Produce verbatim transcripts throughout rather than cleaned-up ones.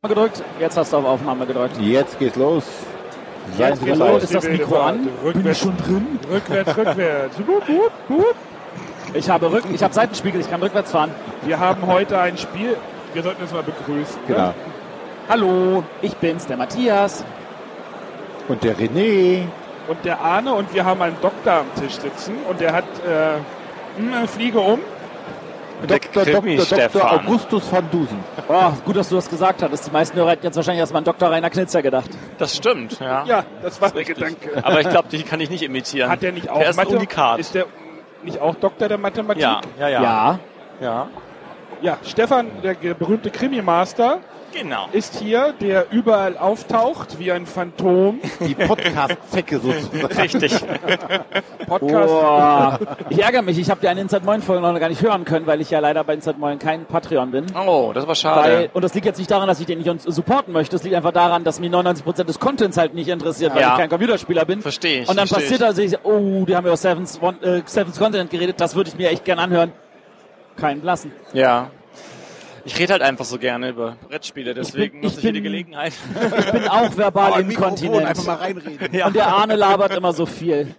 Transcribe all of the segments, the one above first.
gedrückt. Jetzt hast du auf Aufnahme gedrückt. Jetzt geht's los. Seien Sie los. Ist das Mikro an? Rückwärts, Bin ich schon drin? Rückwärts, rückwärts. Wupp, wupp, wupp. Ich habe Rück, ich habe Seitenspiegel, ich kann rückwärts fahren. Wir haben heute ein Spiel. Wir sollten uns mal begrüßen. Genau. Ne? Hallo, ich bin's, der Matthias. Und der René. Und der Arne. Und wir haben einen Doktor am Tisch sitzen. Und der hat äh, eine Fliege um. Doktor Doktor Doktor Augustus van Dusen. Oh, gut, dass du das gesagt hattest. Die meisten Hörer hätten jetzt wahrscheinlich erstmal an Doktor Rainer Knitzer gedacht. Das stimmt, ja. Ja, das war der Richtig. Gedanke. Aber ich glaube, die kann ich nicht imitieren. Hat der nicht auch der ist ein Mathe? Unikat. Ist der nicht auch Doktor der Mathematik? Ja, ja, ja. Ja. Ja, Ja, Stefan, der ge- berühmte Krimi-Master, genau. ist hier, der überall auftaucht wie ein Phantom. Die Podcast-Zecke sozusagen. Richtig. Podcast. Oh, ich ärgere mich, ich habe die eine Inside Moin Folge noch gar nicht hören können, weil ich ja leider bei Inside Moin kein Patreon bin. Oh, das war schade. Weil, und das liegt jetzt nicht daran, dass ich den nicht supporten möchte, das liegt einfach daran, dass mich neunundneunzig Prozent des Contents halt nicht interessiert, weil Ja. ich kein Computerspieler bin. Verstehe ich. Und dann versteh passiert also, ich, oh, die haben über Seven's, One, äh, Seven's Continent geredet, das würde ich mir echt gern anhören. Keinen blassen. ich. Ja. Ich rede halt einfach so gerne über Brettspiele, deswegen ich nutze ich bin- jede Gelegenheit. Ich bin auch verbal Aber Mikrofon, inkontinent. einfach mal reinreden. Ja. Und der Arne labert immer so viel.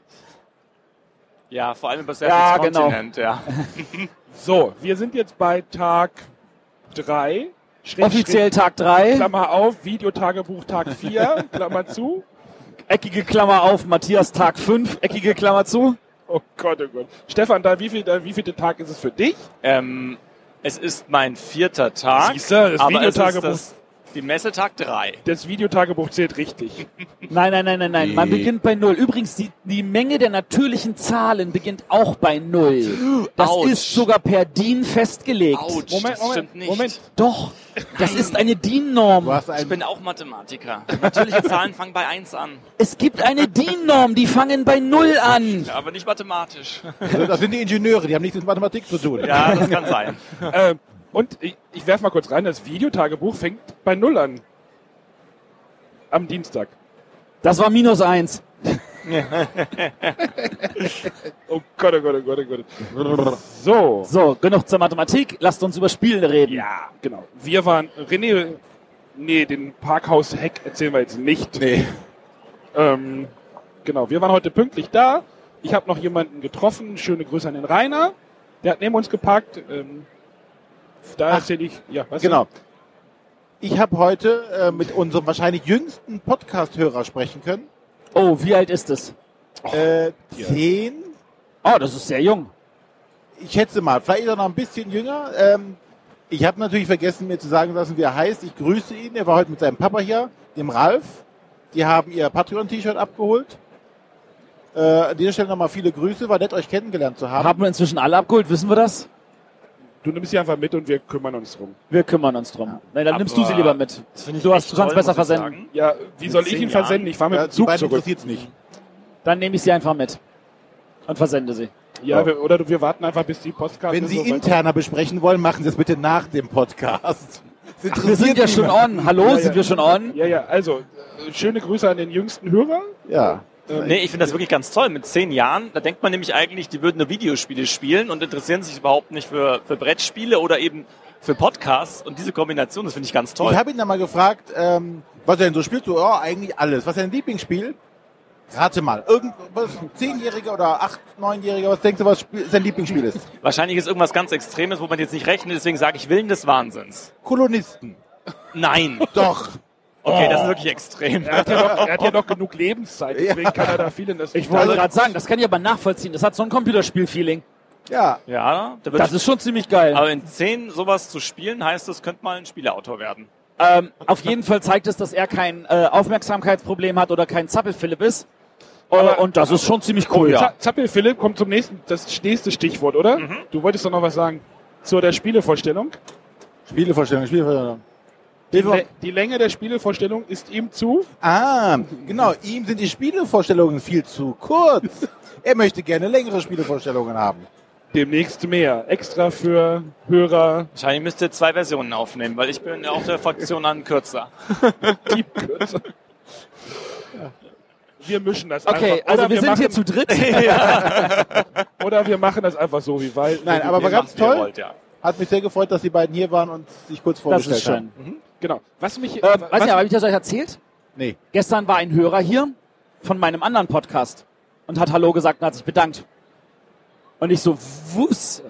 Ja, vor allem über Ja, Seven's genau. Continent, ja. So, wir sind jetzt bei Tag drei. Offiziell Tag drei, Klammer auf, Videotagebuch Tag vier, Klammer zu. eckige Klammer auf, Matthias Tag fünf, eckige Klammer zu. Oh Gott, oh Gott. Stefan, da, wie viel, da, wie vielte Tag ist es für dich? Ähm, es ist mein vierter Tag, Siehst du, das aber es ist Videotagebuch- das, die Messe Tag drei. Das Videotagebuch zählt richtig. Nein, nein, nein, nein, nein. Man Nee. beginnt bei Null. Übrigens, die, die Menge der natürlichen Zahlen beginnt auch bei Null. Das Autsch. ist sogar per D I N festgelegt. Autsch, Moment, das Moment, stimmt nicht. Moment. Doch, das ist eine D I N-Norm. Du hast Ich ein, bin auch Mathematiker. Natürliche Zahlen fangen bei eins an, Es gibt eine D I N-Norm, die fangen bei Null an. ja, aber nicht mathematisch. das sind die Ingenieure, die haben nichts mit Mathematik zu tun. Ja, das kann sein. ähm, und ich, ich werfe mal kurz rein, das Videotagebuch fängt bei Null an. Am Dienstag. Das war minus eins. Oh Gott, oh Gott, oh Gott, oh Gott. So. So, genug zur Mathematik. Lasst uns über Spiele reden. Ja, genau. Wir waren, René, nee, den Parkhaus-Hack erzählen wir jetzt nicht. Nee. Ähm, genau, wir waren heute pünktlich da. Ich habe noch jemanden getroffen. Schöne Grüße an den Rainer. Der hat neben uns geparkt. Ähm, da Ach, erzähle ich, ja, was? Genau. Ich habe heute äh, mit unserem wahrscheinlich jüngsten Podcast-Hörer sprechen können. Oh, wie alt ist es? Äh, zehn. Oh, das ist sehr jung. Ich schätze mal, vielleicht ist er noch ein bisschen jünger. Ähm, ich habe natürlich vergessen, mir zu sagen lassen, wie er heißt. Ich grüße ihn. Er war heute mit seinem Papa hier, dem Ralf. Die haben ihr Patreon-T-Shirt abgeholt. Äh, an dieser Stelle nochmal viele Grüße. War nett, euch kennengelernt zu haben. Haben wir inzwischen alle abgeholt, wissen wir das? Du nimmst sie einfach mit und wir kümmern uns drum. Wir kümmern uns drum. Nein, dann Aber nimmst du sie lieber mit. Das finde ich Du, hast, echt du kannst toll, besser muss ich versenden. sagen. Ja, wie Mit soll ich zehn ihn Jahren? versenden? Ich fahre mit Ja, dem die Zug beiden zurück. interessiert es nicht. Dann nehme ich sie einfach mit. Und versende sie. Ja, wir, oder wir warten einfach, bis die Postkarte Wenn Sie so weit- interner besprechen wollen, machen Sie es bitte nach dem Podcast. Das Wir interessiert sind ja schon niemanden. on. Hallo, Ja, ja. sind wir schon on? Ja, ja, also, äh, schöne Grüße an den jüngsten Hörer. Ja. Nee, ich finde das wirklich ganz toll. Mit zehn Jahren, da denkt man nämlich eigentlich, die würden nur Videospiele spielen und interessieren sich überhaupt nicht für, für Brettspiele oder eben für Podcasts. Und diese Kombination, das finde ich ganz toll. Ich habe ihn dann mal gefragt, ähm, was er denn so spielt. So, ja, eigentlich alles. Was ist dein Lieblingsspiel? Rate mal. Irgendwas, Zehnjähriger oder acht, Neunjähriger, was denkst du, was Spiel, sein Lieblingsspiel ist? Wahrscheinlich ist irgendwas ganz Extremes, wo man jetzt nicht rechnet. Deswegen sage ich Willen des Wahnsinns. Kolonisten. Nein. Doch. Okay, das ist wirklich extrem. Er hat ja noch, er hat ja noch genug Lebenszeit, deswegen kann er da viel in das... Ich wollte gerade sagen, das kann ich aber nachvollziehen. Das hat so ein Computerspiel-Feeling. Ja. Ja, da wird Das ist schon ziemlich geil. aber in zehn sowas zu spielen, heißt das, könnte mal ein Spieleautor werden. Ähm, auf jeden Fall zeigt es, dass er kein äh, Aufmerksamkeitsproblem hat oder kein Zappel-Philipp ist. Äh, Aber- und das ist schon ziemlich cool. Za- Zappel Philipp kommt zum nächsten, das nächste Stichwort, oder? Du wolltest doch noch was sagen zu der Spielevorstellung. Spielevorstellung, Spielevorstellung. Die, Lä- die Länge der Spielevorstellung ist ihm zu. Ah, genau. Ihm sind die Spielevorstellungen viel zu kurz. Er möchte gerne längere Spielevorstellungen haben. Demnächst mehr. Extra für Hörer. Wahrscheinlich müsst ihr zwei Versionen aufnehmen, weil ich bin ja auch der Fraktion an kürzer. Die kürzer. Wir mischen das Okay, einfach. also Oder wir sind machen, hier zu dritt. Oder wir machen das einfach so wie weil. Nein, aber Ihr war ganz macht, wie ihr toll. wollt, ja. Hat mich sehr gefreut, dass die beiden hier waren und sich kurz Das vorgestellt ist schön. haben. Genau. Was mich... Ähm, was, weiß nicht, habe ich das euch erzählt? Nee. Gestern war ein Hörer hier von meinem anderen Podcast und hat Hallo gesagt und hat sich bedankt. Und ich so, wuss.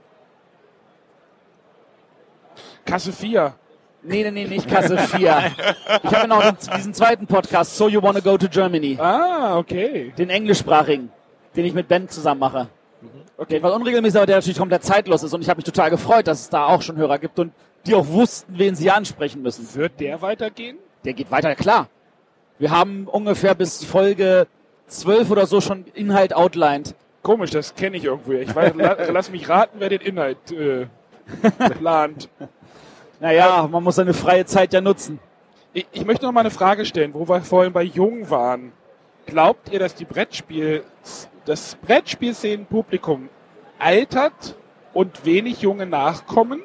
Kasse vier. Nee, nee, nee, nicht Kasse vier. Ich habe noch diesen zweiten Podcast, So You Wanna Go to Germany. Ah, okay. Den englischsprachigen, den ich mit Ben zusammen mache. Okay, etwas unregelmäßig, aber der natürlich komplett zeitlos ist. Und ich habe mich total gefreut, dass es da auch schon Hörer gibt und die auch wussten, wen sie ansprechen müssen. Wird der weitergehen? Der geht weiter, klar. Wir haben ungefähr bis Folge zwölf oder so schon Inhalt outlined. Komisch, das kenne ich irgendwo. Ich weiß, la, lass mich raten, wer den Inhalt äh, plant. Naja, man muss seine freie Zeit ja nutzen. Ich, ich möchte noch mal eine Frage stellen, wo wir vorhin bei Jung waren. Glaubt ihr, dass die Brettspiel, das Brettspielszenenpublikum altert und wenig junge nachkommen?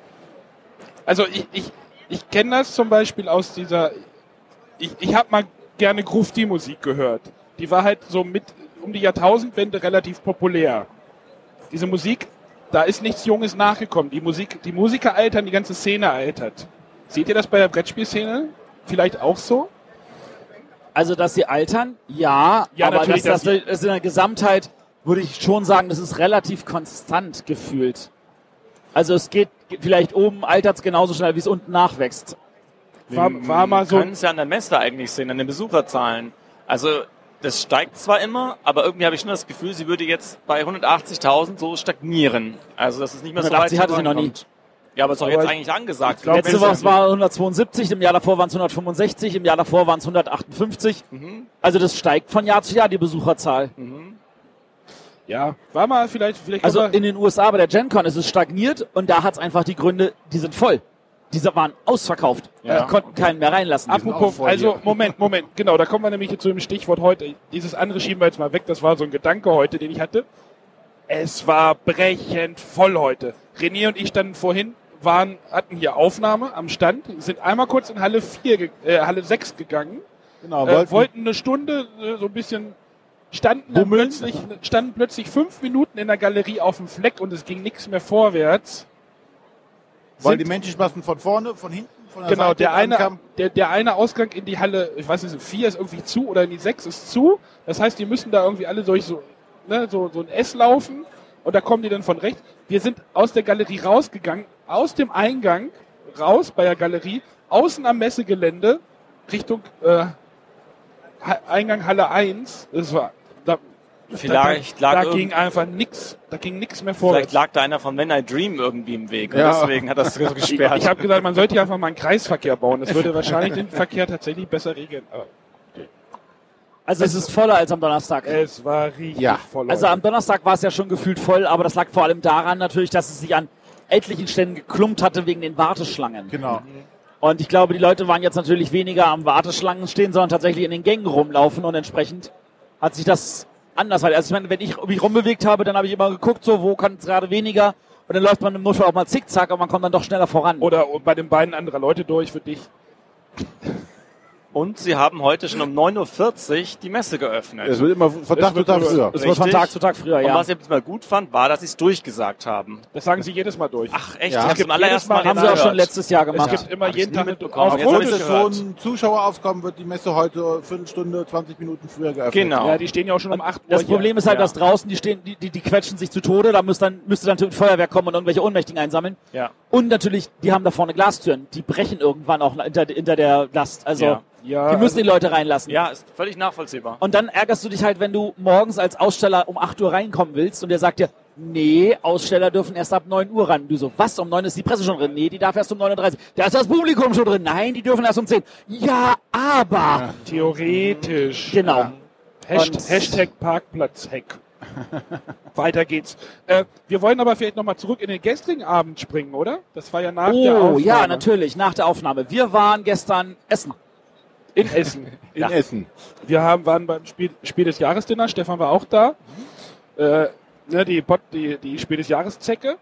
Also ich, ich, ich kenne das zum Beispiel aus dieser, ich, ich habe mal gerne Grufti-Musik gehört. Die war halt so mit um die Jahrtausendwende relativ populär. Diese Musik, da ist nichts Junges nachgekommen. Die Musik, die Musiker altern, die ganze Szene altert. Seht ihr das bei der Brettspielszene vielleicht auch so? Also, dass sie altern, ja, Ja, aber natürlich, das, dass das, das in der Gesamtheit würde ich schon sagen, das ist relativ konstant gefühlt. Also es geht vielleicht oben, altert es genauso schnell, wie es unten nachwächst. War, war mal so. Wir können es ja an der Messe eigentlich sehen, an den Besucherzahlen. Also das steigt zwar immer, aber irgendwie habe ich schon das Gefühl, sie würde jetzt bei hundertachtzigtausend so stagnieren. Also das ist nicht mehr so weit. hundertachtzig hatte sie noch nie. vorankommt. Ja, aber ist doch Aber jetzt ich- eigentlich angesagt. ich glaub, Letzte wenn Woche sie- war hundertzweiundsiebzig, im Jahr davor waren es hundertfünfundsechzig, im Jahr davor waren es hundertachtundfünfzig. Mhm. Also das steigt von Jahr zu Jahr, die Besucherzahl. Ja, war mal vielleicht, vielleicht Also können wir- in den U S A bei der Gen Con ist es stagniert und da hat es einfach die Gründe, die sind voll. Diese waren ausverkauft. Ja. Die konnten keinen mehr reinlassen. Apropos, voll also hier. Moment, Moment, genau, da kommen wir nämlich zu dem Stichwort heute. Dieses andere schieben wir jetzt mal weg, das war so ein Gedanke heute, den ich hatte. Es war brechend voll heute. René und ich standen vorhin, waren, hatten hier Aufnahme am Stand, sind einmal kurz in Halle vier, ge- äh, Halle sechs gegangen, Genau, äh, wollten, wollten eine Stunde äh, so ein bisschen, standen dann Bummeln. plötzlich, standen plötzlich fünf Minuten in der Galerie auf dem Fleck und es ging nichts mehr vorwärts. weil Sind- die Menschenmassen von vorne, von hinten, von der Genau, Seite der eine, ankamen. der, der eine Ausgang in die Halle, ich weiß nicht, vier ist irgendwie zu oder in die sechs ist zu. Das heißt, die müssen da irgendwie alle durch so, ne, so, so ein S laufen und da kommen die dann von rechts. Wir sind aus der Galerie rausgegangen, aus dem Eingang raus bei der Galerie, außen am Messegelände, Richtung äh, Ha- Eingang Halle eins. Das war, da, Vielleicht da, lag da irgend- ging einfach nix, da ging nix mehr Vielleicht vorwärts. lag da einer von When I Dream irgendwie im Weg. Ja. Und deswegen hat das so gesperrt. Ich habe gesagt, man sollte hier einfach mal einen Kreisverkehr bauen. Das würde wahrscheinlich den Verkehr tatsächlich besser regeln. Aber Also es ist voller als am Donnerstag. es war richtig Ja. voll. Also Leute. am Donnerstag war es ja schon gefühlt voll, aber das lag vor allem daran natürlich, dass es sich an etlichen Stellen geklumpt hatte wegen den Warteschlangen. Genau. Und ich glaube, die Leute waren jetzt natürlich weniger am Warteschlangen stehen, sondern tatsächlich in den Gängen rumlaufen und entsprechend hat sich das anders. Also ich meine, wenn ich mich rumbewegt habe, dann habe ich immer geguckt, so wo kann es gerade weniger und dann läuft man im Notfall auch mal zickzack und man kommt dann doch schneller voran. Oder bei den beiden anderer Leute durch für dich. Und sie haben heute schon um neun Uhr vierzig die Messe geöffnet. Es wird immer von Tag zu wird Tag immer- früher. Es wird von richtig. Tag zu Tag früher, Und ja. was ich jetzt mal gut fand, war, dass sie es durchgesagt haben. Das sagen sie jedes Mal durch. Ach echt, Ja. ich habe Es zum gibt allerersten jedes Mal Mal- Haben sie auch gehört. schon letztes Jahr es gemacht. gibt immer Hab ich jeden nie Tag eine mitbekommen. auf Jetzt hab Obwohl ich es das so gehört. ein Zuschaueraufkommen wird die Messe heute Viertelstunde, zwanzig Minuten früher geöffnet. Genau. Ja, die stehen ja auch schon um acht Uhr. Das Problem ist halt, Ja. dass draußen die stehen, die, die, die quetschen sich zu Tode, da müsste dann, müsste dann die Feuerwehr kommen und irgendwelche Ohnmächtigen einsammeln. Ja. Und natürlich, die haben da vorne Glastüren, die brechen irgendwann auch hinter, hinter der Last. Also Ja. Ja, die müssen die Leute reinlassen. Ja, ist völlig nachvollziehbar. Und dann ärgerst du dich halt, wenn du morgens als Aussteller um acht Uhr reinkommen willst und der sagt dir, nee, Aussteller dürfen erst ab neun Uhr ran. Du so, was, um neun ist die Presse schon drin? Nee, die darf erst um neun Uhr dreißig. Da ist das Publikum schon drin. Nein, die dürfen erst um zehn. Ja, aber. theoretisch. Genau. Hasht Und- Hashtag Parkplatz-Hack. Weiter geht's. Äh, wir wollen aber vielleicht nochmal zurück in den gestrigen Abend springen, oder? Das war ja nach der Oh, Aufnahme. ja, natürlich, nach der Aufnahme. Wir waren gestern essen. In Essen. In Essen. Wir haben, waren beim Spiel, Spiel des Jahresdinner. Stefan war auch da. Äh, ne, die, Bot, die, die Spiel des Jahreszecke.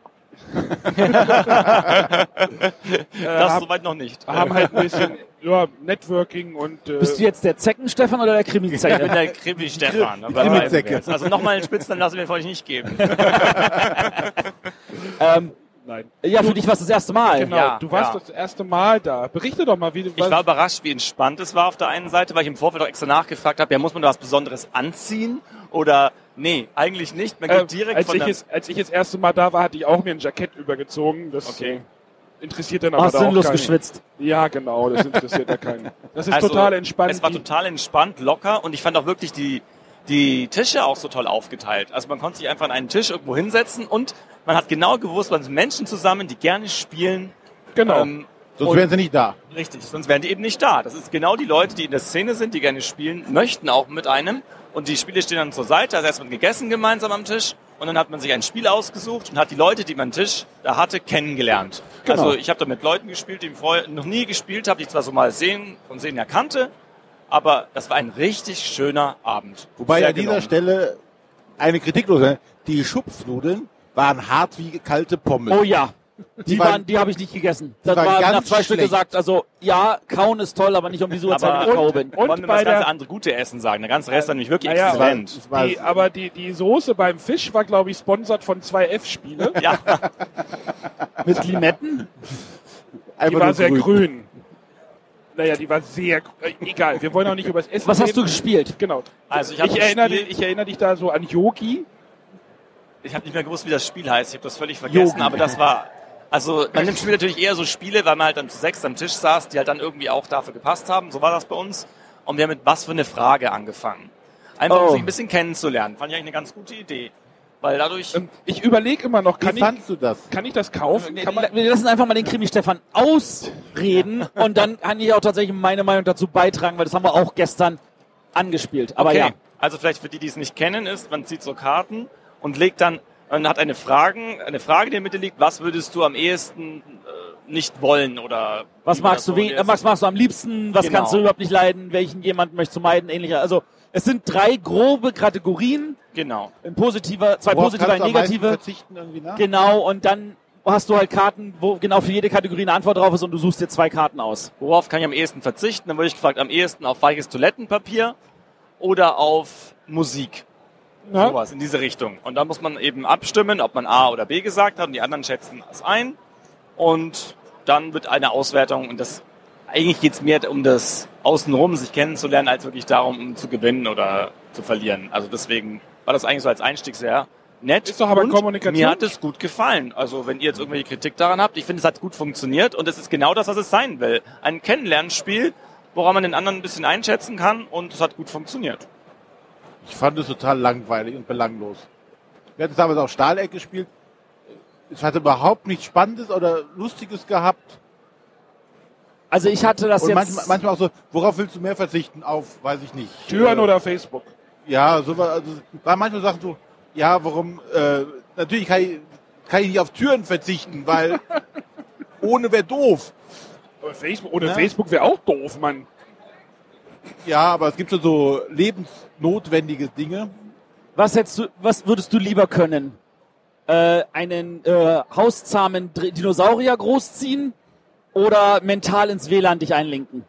äh, Das haben, soweit noch nicht. haben halt ein bisschen ja, Networking und äh, Bist du jetzt der Zecken-Stefan oder der Ich bin Krimi-Zecken? der Krimi-Stefan. die aber bleiben Krimi-Zecke. wir jetzt. Also nochmal einen Spitznamen lassen wir euch nicht geben. ähm, Nein. Ja, für dich war es das erste Mal. Genau, Ja, du warst ja. das erste Mal da. Berichte doch mal, wie du... Ich war überrascht, wie entspannt es war auf der einen Seite, weil ich im Vorfeld auch extra nachgefragt habe, ja, muss man da was Besonderes anziehen? Oder, nee, eigentlich nicht. Man geht äh, direkt als, von ich der... es, als ich das erste Mal da war, hatte ich auch mir ein Jackett übergezogen. Das Okay. äh, interessiert dann aber Hast da auch sinnlos keinen. geschwitzt. Ja, genau, das interessiert ja keinen. Das ist Also, total entspannt. Es war total entspannt, locker und ich fand auch wirklich die, die Tische auch so toll aufgeteilt. Also man konnte sich einfach an einen Tisch irgendwo hinsetzen und man hat genau gewusst, man sind Menschen zusammen, die gerne spielen. Genau. Ähm, Sonst und- wären sie nicht da. Richtig, sonst wären die eben nicht da. Das ist genau die Leute, die in der Szene sind, die gerne spielen, möchten auch mit einem. Und die Spiele stehen dann zur Seite, also erst wird gegessen gemeinsam am Tisch und dann hat man sich ein Spiel ausgesucht und hat die Leute, die man am Tisch da hatte, kennengelernt. Genau. Also ich habe da mit Leuten gespielt, die ich vorher noch nie gespielt habe, die ich zwar so mal sehen von sehen ja kannte, aber das war ein richtig schöner Abend. Wobei Sehr an dieser gelungen. Stelle eine Kritik los ist. Die Schupfnudeln waren hart wie kalte Pommes. Oh ja. Die, Die waren, waren- die habe ich nicht gegessen. Das waren war ganz nach zwei Stück schlecht. gesagt. Also ja, kauen ist toll, aber nicht um die Uhrzeit, Aber- wenn ich Kau bin. Und Wollen wir mal bei das ganze der- andere gute Essen sagen. Der ganze Rest war nämlich wirklich Naja, exzellent. Es war- Die, aber die, die Soße beim Fisch war, glaube ich, sponsert von zwei F-Spiele. Ja, Mit Limetten? Die einfach war nur sehr grün. Naja, die war sehr... Äh, egal, wir wollen auch nicht über das Essen Was hast reden. du gespielt? Genau. also ich habe Ich erinnere, gespielt- dich, ich erinnere dich da so an Yogi. Ich habe nicht mehr gewusst, wie das Spiel heißt. Ich habe das völlig vergessen, Yogi. aber das war... Also man nimmt Spiel natürlich eher so Spiele, weil man halt dann zu sechs am Tisch saß, die halt dann irgendwie auch dafür gepasst haben. So war das bei uns. Und wir haben mit was für eine Frage angefangen. Einfach um Oh. sich ein bisschen kennenzulernen. Fand ich eigentlich eine ganz gute Idee. Weil dadurch... Ähm, Ich überlege immer noch, kann Wie ich, fandst du das? kann ich das kaufen? Kann man, Wir lassen einfach mal den Krimi Stefan ausreden und dann kann ich auch tatsächlich meine Meinung dazu beitragen, weil das haben wir auch gestern angespielt. Aber okay. ja. Also vielleicht für die, die es nicht kennen, ist, man zieht so Karten und legt dann, man hat eine Frage, eine Frage, die in der Mitte liegt, was würdest du am ehesten äh, nicht wollen oder... Was wie man magst das du, we- formuliert. was magst du am liebsten? Was Genau. kannst du überhaupt nicht leiden? Welchen jemand möchtest du meiden? Ähnlicher. Also es sind drei grobe Kategorien. Genau. Ein positiver, zwei Worauf positive, kannst ein du am meisten negative. verzichten irgendwie, ne? Genau, und dann hast du halt Karten, wo genau für jede Kategorie eine Antwort drauf ist und du suchst dir zwei Karten aus. Worauf kann ich am ehesten verzichten? Dann wurde ich gefragt, am ehesten auf weiches Toilettenpapier oder auf Musik. na, Sowas in diese Richtung. Und da muss man eben abstimmen, ob man A oder B gesagt hat und die anderen schätzen es ein. Und dann wird eine Auswertung und das eigentlich geht es mehr um das Außenrum, sich kennenzulernen, als wirklich darum, um zu gewinnen oder zu verlieren. Also deswegen war das eigentlich so als Einstieg sehr nett. Ist doch aber und Kommunikation. mir hat es gut gefallen. Also wenn ihr jetzt irgendwelche Kritik daran habt, ich finde, es hat gut funktioniert und es ist genau das, was es sein will. Ein Kennenlernspiel, woran man den anderen ein bisschen einschätzen kann und es hat gut funktioniert. Ich fand es total langweilig und belanglos. Wir hatten damals auch Stahleck gespielt. Es hatte überhaupt nichts Spannendes oder Lustiges gehabt. Also ich hatte das Und jetzt... manchmal, manchmal auch so, worauf willst du mehr verzichten? Auf, weiß ich nicht. Türen Äh, oder Facebook? Ja, so war, also, war manchmal Sachen so, ja, warum, äh, natürlich kann ich, kann ich nicht auf Türen verzichten, weil ohne wäre doof. Aber Facebook, ohne Ja. Facebook wäre auch doof, Mann. Ja, aber es gibt schon so lebensnotwendige Dinge. Was hättest du, was würdest du lieber können? Äh, einen äh, hauszahmen Dr- Dinosaurier großziehen oder mental ins W L A N dich einlinken?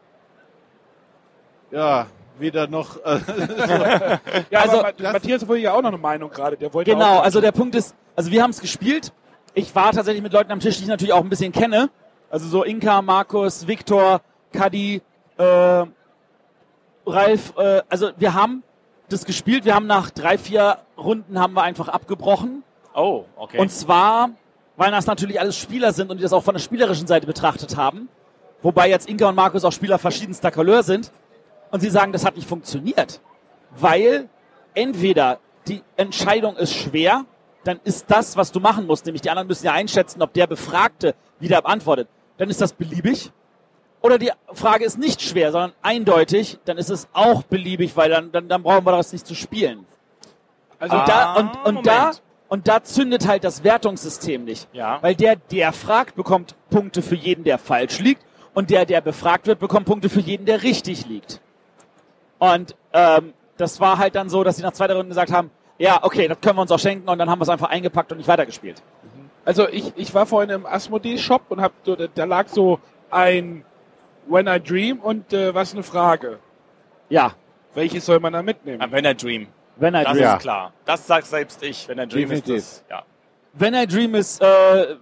Ja, weder noch, äh, Ja, Also, aber Ma- das- Matthias wollte ja auch noch eine Meinung gerade. Der wollte Genau, auch, also der Punkt ist, also wir haben es gespielt. Ich war tatsächlich mit Leuten am Tisch, die ich natürlich auch ein bisschen kenne. Also so Inka, Markus, Viktor, Kadi, äh, Ralf. Äh, also wir haben das gespielt. Wir haben nach drei, vier Runden haben wir einfach abgebrochen. Oh, okay. Und zwar, weil das natürlich alles Spieler sind und die das auch von der spielerischen Seite betrachtet haben. Wobei jetzt Inka und Markus auch Spieler verschiedenster Couleur sind. Und sie sagen, das hat nicht funktioniert. Weil entweder die Entscheidung ist schwer, dann ist das, was du machen musst, nämlich die anderen müssen ja einschätzen, ob der Befragte wieder beantwortet. Dann ist das beliebig. Oder die Frage ist nicht schwer, sondern eindeutig, dann ist es auch beliebig, weil dann, dann, dann brauchen wir das nicht zu spielen. also Und, da, und, und, Moment. da, und da zündet halt das Wertungssystem nicht. Ja. Weil der, der fragt, bekommt Punkte für jeden, der falsch liegt. Und der, der befragt wird, bekommt Punkte für jeden, der richtig liegt. Und ähm, das war halt dann so, dass sie nach zweiter Runde gesagt haben, ja, okay, das können wir uns auch schenken. Und dann haben wir es einfach eingepackt und nicht weitergespielt. Also ich, ich war vorhin im Asmodee-Shop und hab, so- da lag so ein When I Dream und äh, was eine Frage. Ja, Welches soll man da mitnehmen? Wenn er Dream. When I Das Dream. Ja. ist klar. Das sagt selbst ich. Wenn er Dream Definitiv. ist das, ja. When I Dream ist äh,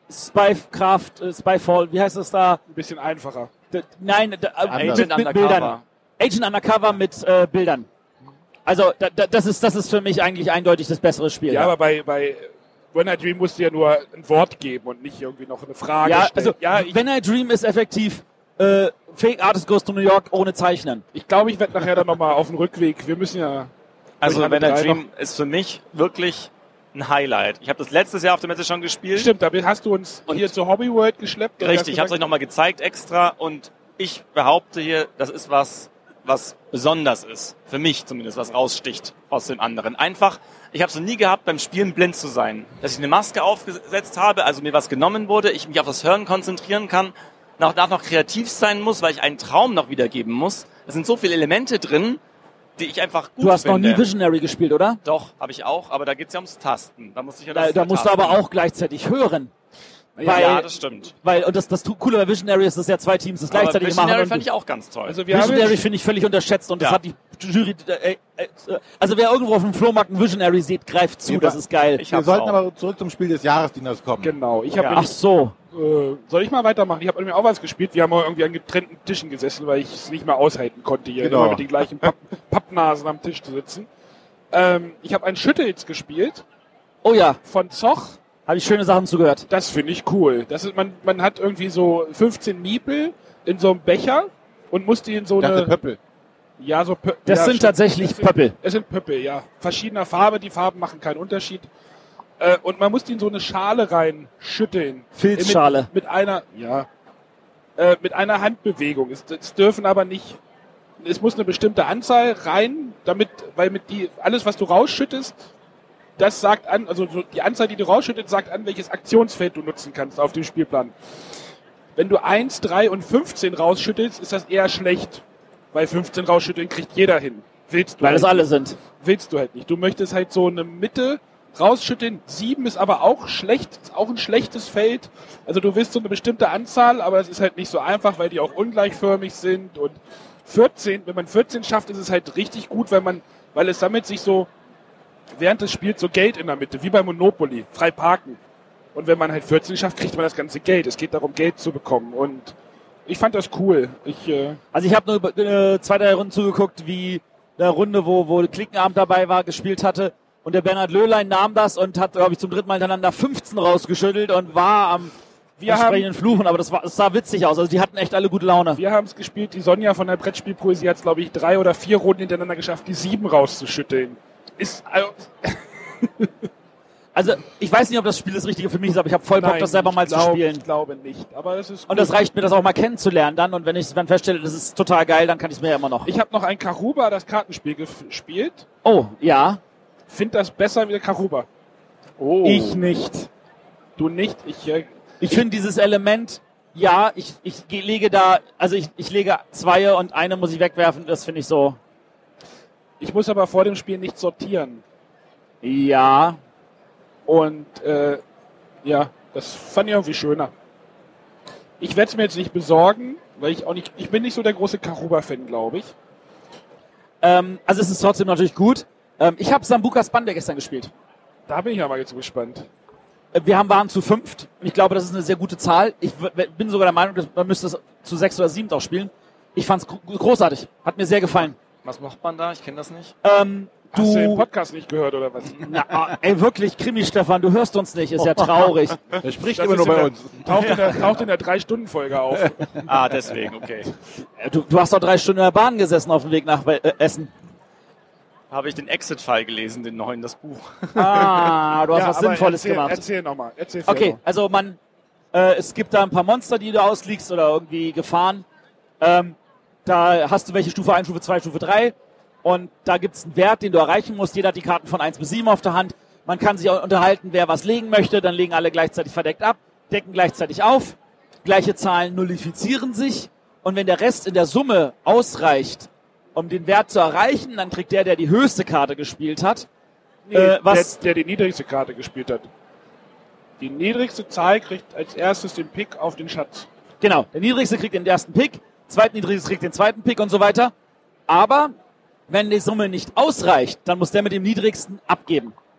Spycraft, äh, Spyfall, wie heißt das da? Ein bisschen einfacher. D- nein, d- äh, Agent mit, mit Undercover. Bildern. Agent Undercover mit äh, Bildern. Also da, da, das ist das ist für mich eigentlich eindeutig das bessere Spiel. Ja, aber bei, bei When I Dream musst du ja nur ein Wort geben und nicht irgendwie noch eine Frage ja, stellen. also ja, ich, When I Dream ist effektiv äh, Fake Artist Goes to New York ohne Zeichnen. ich glaube, ich werde nachher dann nochmal auf dem Rückweg. Wir müssen ja... Also durch When alle I drei Dream ist für mich wirklich ein Highlight. Ich habe das letztes Jahr auf der Messe schon gespielt. Stimmt, da hast du uns Und- hier zur Hobby World geschleppt. und Richtig, ich hast habe es euch gesagt, nochmal gezeigt extra und ich behaupte hier, das ist was, was besonders ist. Für mich zumindest, was raussticht aus dem anderen. Einfach, ich habe es noch nie gehabt, beim Spielen blind zu sein. Dass ich eine Maske aufgesetzt habe, also mir was genommen wurde, ich mich auf das Hören konzentrieren kann, noch, danach noch kreativ sein muss, weil ich einen Traum noch wiedergeben muss. Es sind so viele Elemente drin, die ich einfach gut Du hast finde. noch nie Visionary gespielt, oder? Doch, habe ich auch, aber da geht's ja ums Tasten. Da muss ich ja Da, das da musst du Tasten. aber auch gleichzeitig hören. Weil, Ja, das stimmt. weil und das, das Coole bei Visionary ist, dass ja zwei Teams das Aber gleichzeitig machen. Visionary Und fand ich auch ganz toll. Also wir haben Visionary jetzt, finde ich völlig unterschätzt und das Ja. hat die Jury. Äh, äh, also wer irgendwo auf dem Flohmarkt ein Visionary sieht, greift zu, Wir das wa- ist geil. Ich Wir hab's sollten auch. aber zurück zum Spiel des Jahres, Dinos, kommen. genau, ich habe Ja. Ach so. Äh, soll ich mal weitermachen? Ich habe mir auch was gespielt. Wir haben auch irgendwie an getrennten Tischen gesessen, weil ich es nicht mehr aushalten konnte, hier Genau. immer mit den gleichen Papp Pappnasen am Tisch zu sitzen. Ähm, ich habe ein Schüttels gespielt Oh ja, von Zoch. habe ich schöne Sachen zugehört. Das finde ich cool. Das ist, man, man hat irgendwie so fünfzehn Miepel in so einem Becher und muss die in so Ich dachte eine... Pöppel. Ja, so Pö Das ja, sind stimmt. tatsächlich Das sind- Pöppel. Es sind Pöppel, ja. Verschiedener Farbe. Die Farben machen keinen Unterschied. Äh, und man muss die in so eine Schale reinschütteln. Filzschale. Mit, mit einer, ja, äh, mit einer Handbewegung. Es, es dürfen aber nicht, es muss eine bestimmte Anzahl rein, damit, weil mit die, alles, was du rausschüttest, das sagt an, also so die Anzahl, die du rausschüttest, sagt an, welches Aktionsfeld du nutzen kannst auf dem Spielplan. Wenn du eins, drei und fünfzehn rausschüttelst, ist das eher schlecht. Weil fünfzehn rausschütteln kriegt jeder hin. Willst du Weil es halt alle nicht. sind. Willst du halt nicht. Du möchtest halt so eine Mitte rausschütteln. Sieben ist aber auch schlecht, ist auch ein schlechtes Feld. Also du willst so eine bestimmte Anzahl, aber es ist halt nicht so einfach, weil die auch ungleichförmig sind. Und vierzehn, wenn man vierzehn schafft, ist es halt richtig gut, weil man, weil es sammelt sich so während des Spiels so Geld in der Mitte, wie bei Monopoly, frei parken. Und wenn man halt vierzehn schafft, kriegt man das ganze Geld. Es geht darum, Geld zu bekommen. Und ich fand das cool. Ich, äh, Also ich habe nur über- äh, zwei, drei Runden zugeguckt, wie der Runde, wo, wo Klickenabend dabei war, gespielt hatte. Und der Bernhard Löhlein nahm das und hat, glaube ich, zum dritten Mal hintereinander fünfzehn rausgeschüttelt und war am Wir entsprechenden Fluchen. Aber das, war, das sah witzig aus. Also die hatten echt alle gute Laune. Wir haben es gespielt. Die Sonja von der Brettspielpoesie hat es, glaube ich, drei oder vier Runden hintereinander geschafft, die sieben rauszuschütteln. Ist, also, Also ich weiß nicht, ob das Spiel das Richtige für mich ist, aber ich habe voll Bock, nein, das selber ich mal glaub, zu spielen. Ich glaube nicht. Aber es ist Und gut. das reicht mir, das auch mal kennenzulernen dann. Und wenn ich dann feststelle, das ist total geil, dann kann ich es mir ja immer noch. Ich habe noch ein Karuba, das Kartenspiel, gespielt. Oh, ja. Find das besser wie der Karuba. Oh. Ich nicht. Du nicht? Ich, äh, Ich finde dieses Element, ja, ich, ich ge- lege da, also ich, ich lege zwei und eine muss ich wegwerfen, das finde ich so, ich muss aber vor dem Spiel nicht sortieren. ja. Und äh, ja, das fand ich irgendwie schöner. Ich werde es mir jetzt nicht besorgen, weil ich auch nicht, ich bin nicht so der große Karuba-Fan, glaube ich. Ähm, also es ist trotzdem natürlich gut. Ähm, ich habe Sambucas Bande gestern gespielt. Da bin ich aber jetzt gespannt. Äh, Wir haben, waren zu fünft. Ich glaube, das ist eine sehr gute Zahl. Ich w- bin sogar der Meinung, dass man müsste es zu sechs oder sieben auch spielen. Ich fand es großartig. Hat mir sehr gefallen. Was macht man da? Ich kenne das nicht. Ähm, Hast du den du, Podcast nicht gehört oder was? na, ah, ey, wirklich, Krimi, Stefan, du hörst uns nicht. Ist ja traurig. Er spricht Das immer ist nur in bei der, uns. Taucht in der, taucht in der drei-Stunden-Folge auf. Ah, deswegen, okay. Äh, Du, du hast doch drei Stunden in der Bahn gesessen auf dem Weg nach äh, Essen. Habe ich den Exit-File gelesen, den neuen, das Buch. Ah, du hast was aber Sinnvolles erzähl, gemacht. Erzähl nochmal. Erzähl Okay, Fedor. also man, äh, es gibt da ein paar Monster, die du ausliegst oder irgendwie Gefahren. Ähm, da hast du welche Stufe eins, Stufe zwei, Stufe drei. Und da gibt's einen Wert, den du erreichen musst. Jeder hat die Karten von eins bis sieben auf der Hand. Man kann sich auch unterhalten, wer was legen möchte. Dann legen alle gleichzeitig verdeckt ab, decken gleichzeitig auf. Gleiche Zahlen nullifizieren sich. Und wenn der Rest in der Summe ausreicht, um den Wert zu erreichen, dann kriegt der, der die höchste Karte gespielt hat, Nee, äh, was- der, der die niedrigste Karte gespielt hat. Die niedrigste Zahl kriegt als erstes den Pick auf den Schatz. Genau, der Niedrigste kriegt den ersten Pick, zweitniedrigste kriegt den zweiten Pick und so weiter. Aber wenn die Summe nicht ausreicht, dann muss der mit dem Niedrigsten abgeben.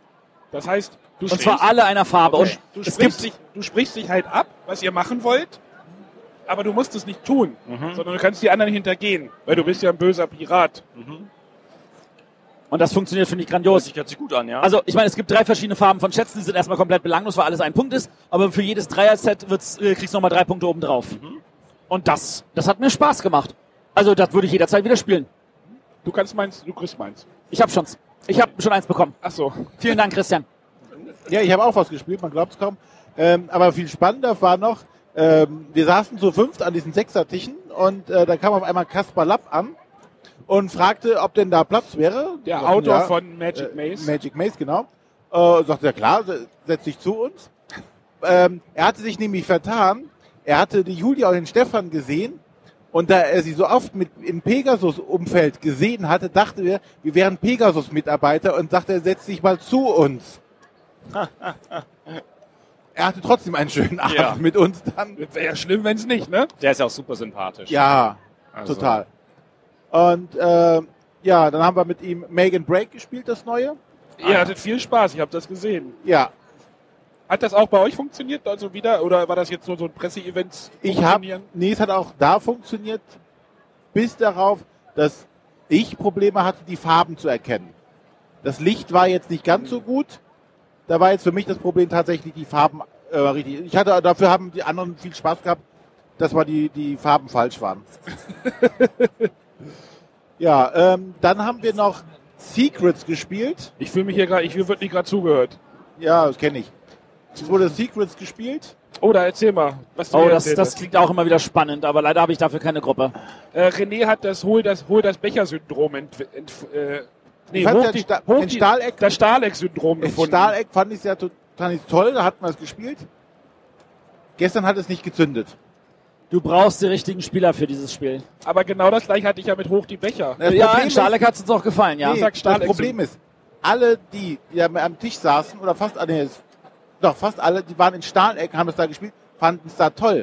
Das heißt, du Und zwar alle einer Farbe. Okay. Und Du, es sprichst gibt, dich, du sprichst dich halt ab, was ihr machen wollt, aber du musst es nicht tun, Mhm. sondern du kannst die anderen hintergehen, weil du bist ja ein böser Pirat. und das funktioniert, finde ich, Hört grandios. sich, hört sich gut an, ja. Also, ich meine, es gibt drei verschiedene Farben von Schätzen, die sind erstmal komplett belanglos, weil alles ein Punkt ist, aber für jedes Dreier-Set wird's, äh, kriegst du nochmal drei Punkte oben drauf. Und das, das hat mir Spaß gemacht. Also, das würde ich jederzeit wieder spielen. Du kannst meins, du kriegst meins. Ich habe schon, ich habe schon eins bekommen. Ach so. Vielen Dank, Christian. Ja, ich habe auch was gespielt, man glaubt es kaum. Ähm, aber viel spannender war noch, ähm, wir saßen zu fünft an diesen Sechsertischen und äh, da kam auf einmal Kaspar Lapp an und fragte, ob denn da Platz wäre. Der Wir sagten, Autor ja, von Magic Maze. Magic Maze, genau. Äh, sagte, ja klar, se- setz dich zu uns. Ähm, er hatte sich nämlich vertan. Er hatte die Julia und den Stefan gesehen und da er sie so oft mit im Pegasus-Umfeld gesehen hatte, dachte er, wir wären Pegasus-Mitarbeiter und sagte, er setzt sich mal zu uns. Er hatte trotzdem einen schönen Abend Ja. mit uns dann. Wäre ja schlimm, wenn es nicht, ne? Der ist ja auch super sympathisch. Ja, Also- total. Und äh, ja, dann haben wir mit ihm Make and Break gespielt, das neue. Ihr hattet viel Spaß, ich habe das gesehen. Ja, Hat das auch bei euch funktioniert, also wieder? Oder war das jetzt nur so ein Presseevent? ich habe, funktionieren? nee, es hat auch da funktioniert, bis darauf, dass ich Probleme hatte, die Farben zu erkennen. Das Licht war jetzt nicht ganz so gut. Da war jetzt für mich das Problem tatsächlich die Farben äh, richtig. Ich hatte, dafür haben die anderen viel Spaß gehabt, dass mal die, die Farben falsch waren. Ja, ähm, dann haben wir noch Secrets gespielt. Ich fühle mich hier gerade, ich wird nicht gerade zugehört. Ja, das kenne ich. Es wurde Secrets gespielt. Oh, da erzähl mal, was du Oh, mir das, erzählt das hast. klingt auch immer wieder spannend, aber leider habe ich dafür keine Gruppe. Äh, René hat das Hol das, Hol das Becher-Syndrom ent, ent, äh, nee, Ich fand hoch ja die, Sta- hoch ein die, Stahleck- das Stahleck-Syndrom Das gefunden. Stahleck fand ich ja total toll, da hatten wir es gespielt. Gestern hat es nicht gezündet. Du brauchst die richtigen Spieler für dieses Spiel. Aber genau das gleiche hatte ich ja mit Hoch die Becher. Das ja, Problem in Starleck hat es uns auch gefallen, ja. Nee, sag das Stahleck- Problem ist, alle, die, die am Tisch saßen, oder fast alle, nee, es- doch, fast alle, die waren in Stahleck, haben es da gespielt, fanden es da toll.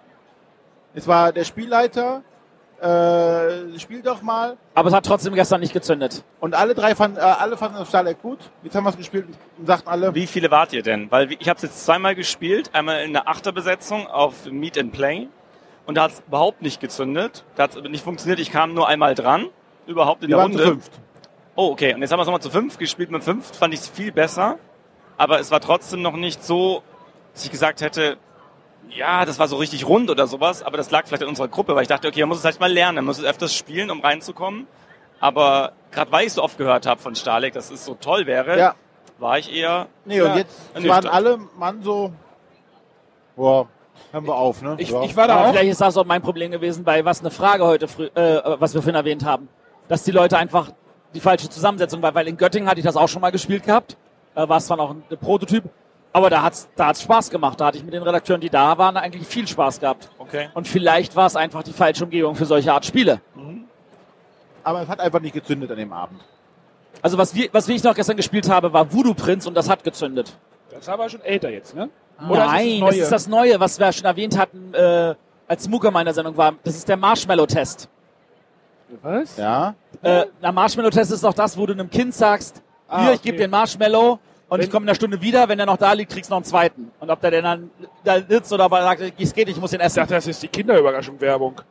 Es war der Spielleiter, äh, spiel doch mal, Aber es hat trotzdem gestern nicht gezündet. und alle drei fanden, äh, alle fanden das Stahleck gut. Jetzt haben wir es gespielt und sagten alle, Wie viele wart ihr denn? Weil ich habe es jetzt zweimal gespielt, einmal in der Achterbesetzung auf Meet and Play und da hat es überhaupt nicht gezündet. Da hat es nicht funktioniert, ich kam nur einmal dran, überhaupt in wir der waren zu Runde. fünft. Oh, okay. Und jetzt haben wir es nochmal zu fünf gespielt. Mit fünf fand ich es viel besser. Aber es war trotzdem noch nicht so, dass ich gesagt hätte, ja, das war so richtig rund oder sowas. Aber das lag vielleicht in unserer Gruppe, weil ich dachte, okay, man muss es halt mal lernen, man muss es öfters spielen, um reinzukommen. Aber gerade weil ich so oft gehört habe von Starleck, dass es so toll wäre, Ja. war ich eher... Nee, ja, und jetzt ernüchtert. waren alle Mann so, boah, hören wir auf, ne? Ich, ja. ich war da Aber auch. vielleicht ist das auch mein Problem gewesen, bei was eine Frage heute früh, äh, was wir vorhin erwähnt haben. Dass die Leute einfach die falsche Zusammensetzung war, weil in Göttingen hatte ich das auch schon mal gespielt gehabt. Äh, war es zwar noch ein Prototyp, aber da hat's, da hat's Spaß gemacht. Da hatte ich mit den Redakteuren, die da waren, eigentlich viel Spaß gehabt. Okay. Und vielleicht war es einfach die falsche Umgebung für solche Art Spiele. Aber es hat einfach nicht gezündet an dem Abend. Also was wir, was wir ich noch gestern gespielt habe, war Voodoo Prince und das hat gezündet. Das ist aber schon älter jetzt, ne? Nein, das ist das Neue, was wir schon erwähnt hatten, äh, als Muka mal in der Sendung war. Das ist der Marshmallow-Test. Was? Ja. Äh, der Marshmallow-Test ist doch das, wo du einem Kind sagst, Ah, hier, ich okay. gebe dir einen Marshmallow und Wenn- ich komme in einer Stunde wieder, wenn der noch da liegt, kriegst du noch einen zweiten. Und ob der denn dann da sitzt oder aber sagt, es geht nicht, ich muss den Ich essen. dachte, das ist die Kinderüberraschung-Werbung.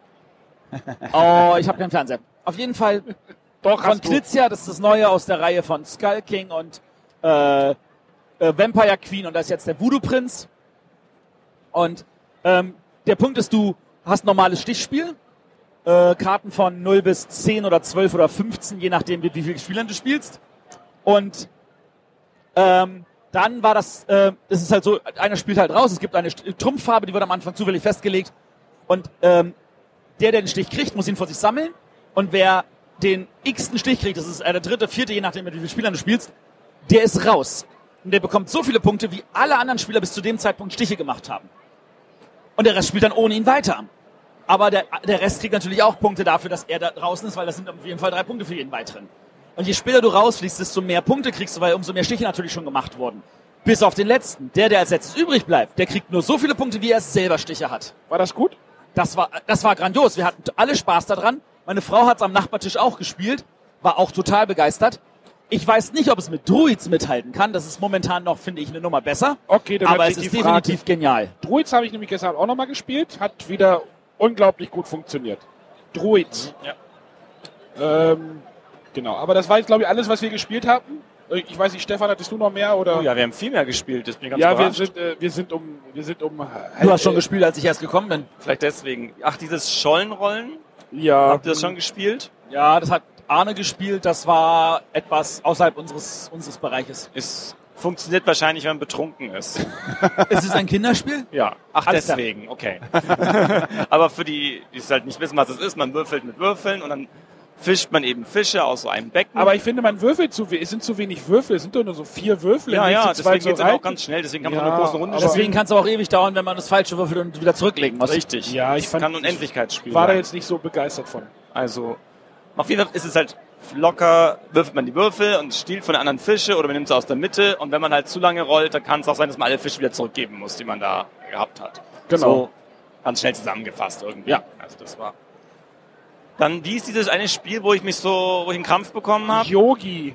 Oh, ich habe keinen Fernseher. Auf jeden Fall Doch, von hast du. Knizia, das ist das Neue aus der Reihe von Skull King und äh, äh, Vampire Queen und das ist jetzt der Voodoo Prinz. Und ähm, der Punkt ist, du hast ein normales Stichspiel, äh, Karten von null bis zehn oder zwölf oder fünfzehn, je nachdem, wie, wie viele Spielern du spielst. Und ähm, dann war das, äh, das ist halt so, einer spielt halt raus, es gibt eine St- Trumpffarbe, die wird am Anfang zufällig festgelegt und ähm, der, der den Stich kriegt, muss ihn vor sich sammeln und wer den x-ten Stich kriegt, das ist äh, der dritte, vierte, je nachdem, mit wie vielen Spielern du spielst, der ist raus. Und der bekommt so viele Punkte, wie alle anderen Spieler bis zu dem Zeitpunkt Stiche gemacht haben. Und der Rest spielt dann ohne ihn weiter. Aber der, der Rest kriegt natürlich auch Punkte dafür, dass er da draußen ist, weil das sind auf jeden Fall drei Punkte für jeden weiteren. Und je später du rausfliegst, desto mehr Punkte kriegst du, weil umso mehr Stiche natürlich schon gemacht wurden. Bis auf den letzten. Der, der als letztes übrig bleibt, der kriegt nur so viele Punkte, wie er selber Stiche hat. War das gut? Das war, das war grandios. Wir hatten alle Spaß daran. Meine Frau hat es am Nachbartisch auch gespielt, war auch total begeistert. Ich weiß nicht, ob es mit Druids mithalten kann. Das ist momentan noch, finde ich, eine Nummer besser. Okay, dann Aber hat es sich ist die definitiv Frage. genial. Druids habe ich nämlich gestern auch nochmal gespielt. Hat wieder unglaublich gut funktioniert. Druids. Ja. Ähm, genau, aber das war jetzt, glaube ich, alles, was wir gespielt hatten. Ich weiß nicht, Stefan, hattest du noch mehr? Oder? Oh ja, wir haben viel mehr gespielt, das bin ich ganz Ja, wir überrascht. sind, äh, wir sind um, wir sind um. Du hast schon gespielt, als ich erst gekommen bin. Vielleicht deswegen. Ach, dieses Schollenrollen, Ja. habt ihr das schon gespielt? Ja, das hat Arne gespielt. Das war etwas außerhalb unseres, unseres Bereiches. Es funktioniert wahrscheinlich, wenn man betrunken ist. Ist es ein Kinderspiel? Ja. Ach, Alles klar. deswegen, okay. Aber für die, die es halt nicht wissen, was es ist, man würfelt mit Würfeln und dann fischt man eben Fische aus so einem Becken. Aber ich finde, man würfelt zu wenig. Es sind zu wenig Würfel. Es sind doch nur so vier Würfel. ja, Dann ja, sind zu zweit deswegen so geht es auch rein. ganz schnell, deswegen kann man Ja, so eine große Runde aber- Deswegen kann es auch ewig dauern, wenn man das Falsche würfelt und wieder zurücklegen muss. Richtig. Ja, ich Es fand- kann Unendlichkeitsspiel War da sein. jetzt nicht so begeistert von. Also, auf jeden Fall ist es halt locker, würfelt man die Würfel und stiehlt von den anderen Fische oder man nimmt sie aus der Mitte. Und wenn man halt zu lange rollt, dann kann es auch sein, dass man alle Fische wieder zurückgeben muss, die man da gehabt hat. Genau. So ganz schnell zusammengefasst irgendwie. Ja. Also das war. Dann, wie ist dieses eine Spiel, wo ich mich so, wo ich einen Krampf bekommen habe? Yogi.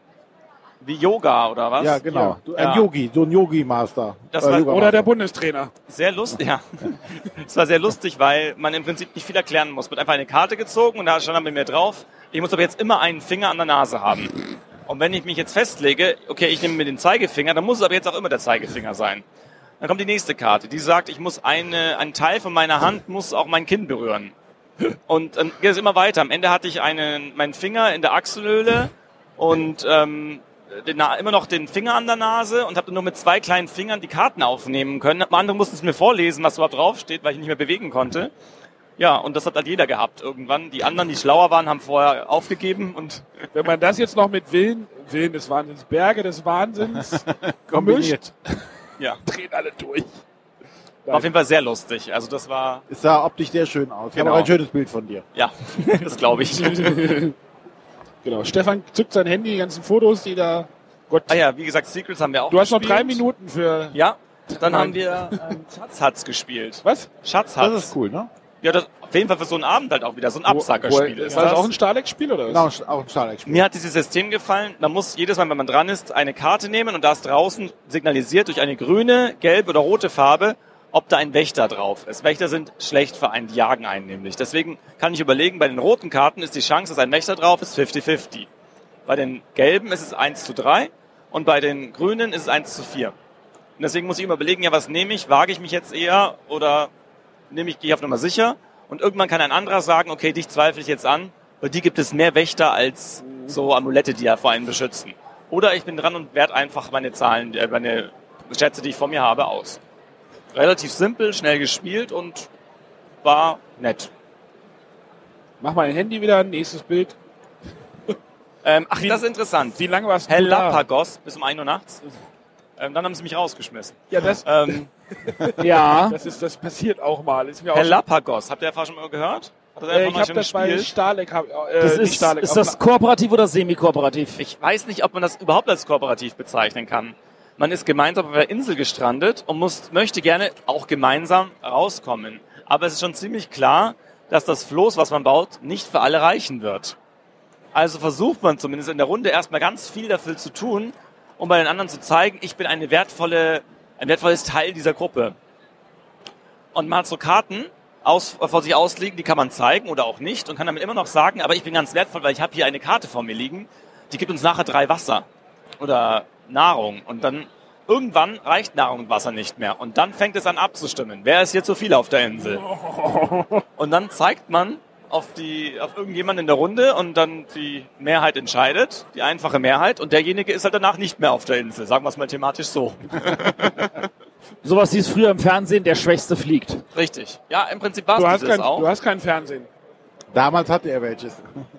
Wie Yoga oder was? Ja, genau. Ja. Du, ein Ja. Yogi, so ein Yogi-Master. Das Äh, war- Yoga-Master. Oder der Bundestrainer. Sehr lustig, ja. Es war sehr lustig, weil man im Prinzip nicht viel erklären muss. Wird einfach eine Karte gezogen und da stand dann bei mir drauf, ich muss aber jetzt immer einen Finger an der Nase haben. Und wenn ich mich jetzt festlege, okay, ich nehme mir den Zeigefinger, dann muss es aber jetzt auch immer der Zeigefinger sein. Dann kommt die nächste Karte, die sagt, ich muss eine, einen Teil von meiner Hand muss auch mein Kinn berühren. Und dann geht es immer weiter. Am Ende hatte ich einen, meinen Finger in der Achselhöhle und ähm, den, immer noch den Finger an der Nase und habe nur mit zwei kleinen Fingern die Karten aufnehmen können. Andere mussten es mir vorlesen, was überhaupt draufsteht, weil ich nicht mehr bewegen konnte. Ja, und das hat halt jeder gehabt irgendwann. Die anderen, die schlauer waren, haben vorher aufgegeben und Wenn man das jetzt noch mit Willen, Willen des Wahnsinns, Berge des Wahnsinns Kombiniert. ja, drehen alle durch. war auf jeden Fall sehr lustig. Also das war, Es sah optisch sehr schön aus. Ich habe Genau. auch ein schönes Bild von dir. ja, das glaube ich. Genau. Stefan zückt sein Handy, die ganzen Fotos, die da. Gott. Ah ja, wie gesagt, Secrets haben wir auch Du hast noch gespielt. drei Minuten für. Ja, dann Nein. haben wir ähm, Schatzhatz gespielt. Was? Schatzhatz. Das ist cool, ne? Ja, das auf jeden Fall für so einen Abend halt auch wieder so ein Absackerspiel. Wo- ist War das das. auch ein Staleck-Spiel oder was? Genau, auch ein Starlight-Spiel. Mir hat dieses System gefallen. Man muss jedes Mal, wenn man dran ist, eine Karte nehmen und da ist draußen signalisiert durch eine grüne, gelbe oder rote Farbe, ob da ein Wächter drauf ist. Wächter sind schlecht vereint, die jagen einen nämlich. Deswegen kann ich überlegen, bei den roten Karten ist die Chance, dass ein Wächter drauf ist, fünfzig fünfzig. Bei den gelben ist es eins zu drei und bei den grünen ist es eins zu vier. Und deswegen muss ich immer überlegen, ja, was nehme ich? Wage ich mich jetzt eher oder nehme ich, gehe ich auf Nummer sicher? Und irgendwann kann ein anderer sagen, okay, dich zweifle ich jetzt an, bei dir gibt es mehr Wächter als so Amulette, die ja vor allem beschützen. Oder ich bin dran und werte einfach meine Zahlen, äh, meine Schätze, die ich vor mir habe, aus. Relativ simpel, schnell gespielt und war nett. Mach mal ein Handy wieder an, nächstes Bild. Ähm, ach, Wie- das ist interessant. Wie lange warst du da? Helapagos bis um ein Uhr nachts. Ähm, dann haben sie mich rausgeschmissen. Ja, das, Ähm, Ja. das, ist, das passiert auch mal. Ist mir auch Helapagos, habt ihr davon schon mal gehört? Hat das schon, äh, einfach ich mal habe schon das bei gespielt? Staleck. Hab, äh, Das nicht ist, Staleck, ist auf das kooperativ oder semi-kooperativ? Ich weiß nicht, ob man das überhaupt als kooperativ bezeichnen kann. Man ist gemeinsam auf einer Insel gestrandet und muss, möchte gerne auch gemeinsam rauskommen. Aber es ist schon ziemlich klar, dass das Floß, was man baut, nicht für alle reichen wird. Also versucht man zumindest in der Runde erstmal ganz viel dafür zu tun, um bei den anderen zu zeigen, ich bin eine wertvolle, ein wertvolles Teil dieser Gruppe. Und man hat so Karten aus, vor sich ausliegen, die kann man zeigen oder auch nicht und kann damit immer noch sagen, aber ich bin ganz wertvoll, weil ich habe hier eine Karte vor mir liegen, die gibt uns nachher drei Wasser oder Nahrung. Und dann irgendwann reicht Nahrung und Wasser nicht mehr. Und dann fängt es an abzustimmen. Wer ist hier zu viel auf der Insel? Und dann zeigt man auf die, auf irgendjemanden in der Runde und dann die Mehrheit entscheidet, die einfache Mehrheit, und derjenige ist halt danach nicht mehr auf der Insel. Sagen wir es mal thematisch so. Sowas hieß früher im Fernsehen, der Schwächste fliegt. Richtig. Ja, im Prinzip war Du es hast, dieses kein, auch. du hast kein Fernsehen. Damals hatte er welches.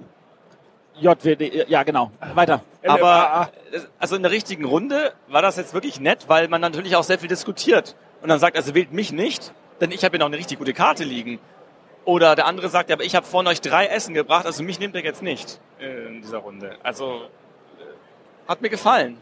J W D, ja genau. Weiter. Aber also in der richtigen Runde war das jetzt wirklich nett, weil man natürlich auch sehr viel diskutiert. Und dann sagt, also wählt mich nicht, denn ich habe hier noch eine richtig gute Karte liegen. Oder der andere sagt, ja, aber ich habe vorhin euch drei Essen gebracht, also mich nehmt ihr jetzt nicht in dieser Runde. Also äh, hat mir gefallen.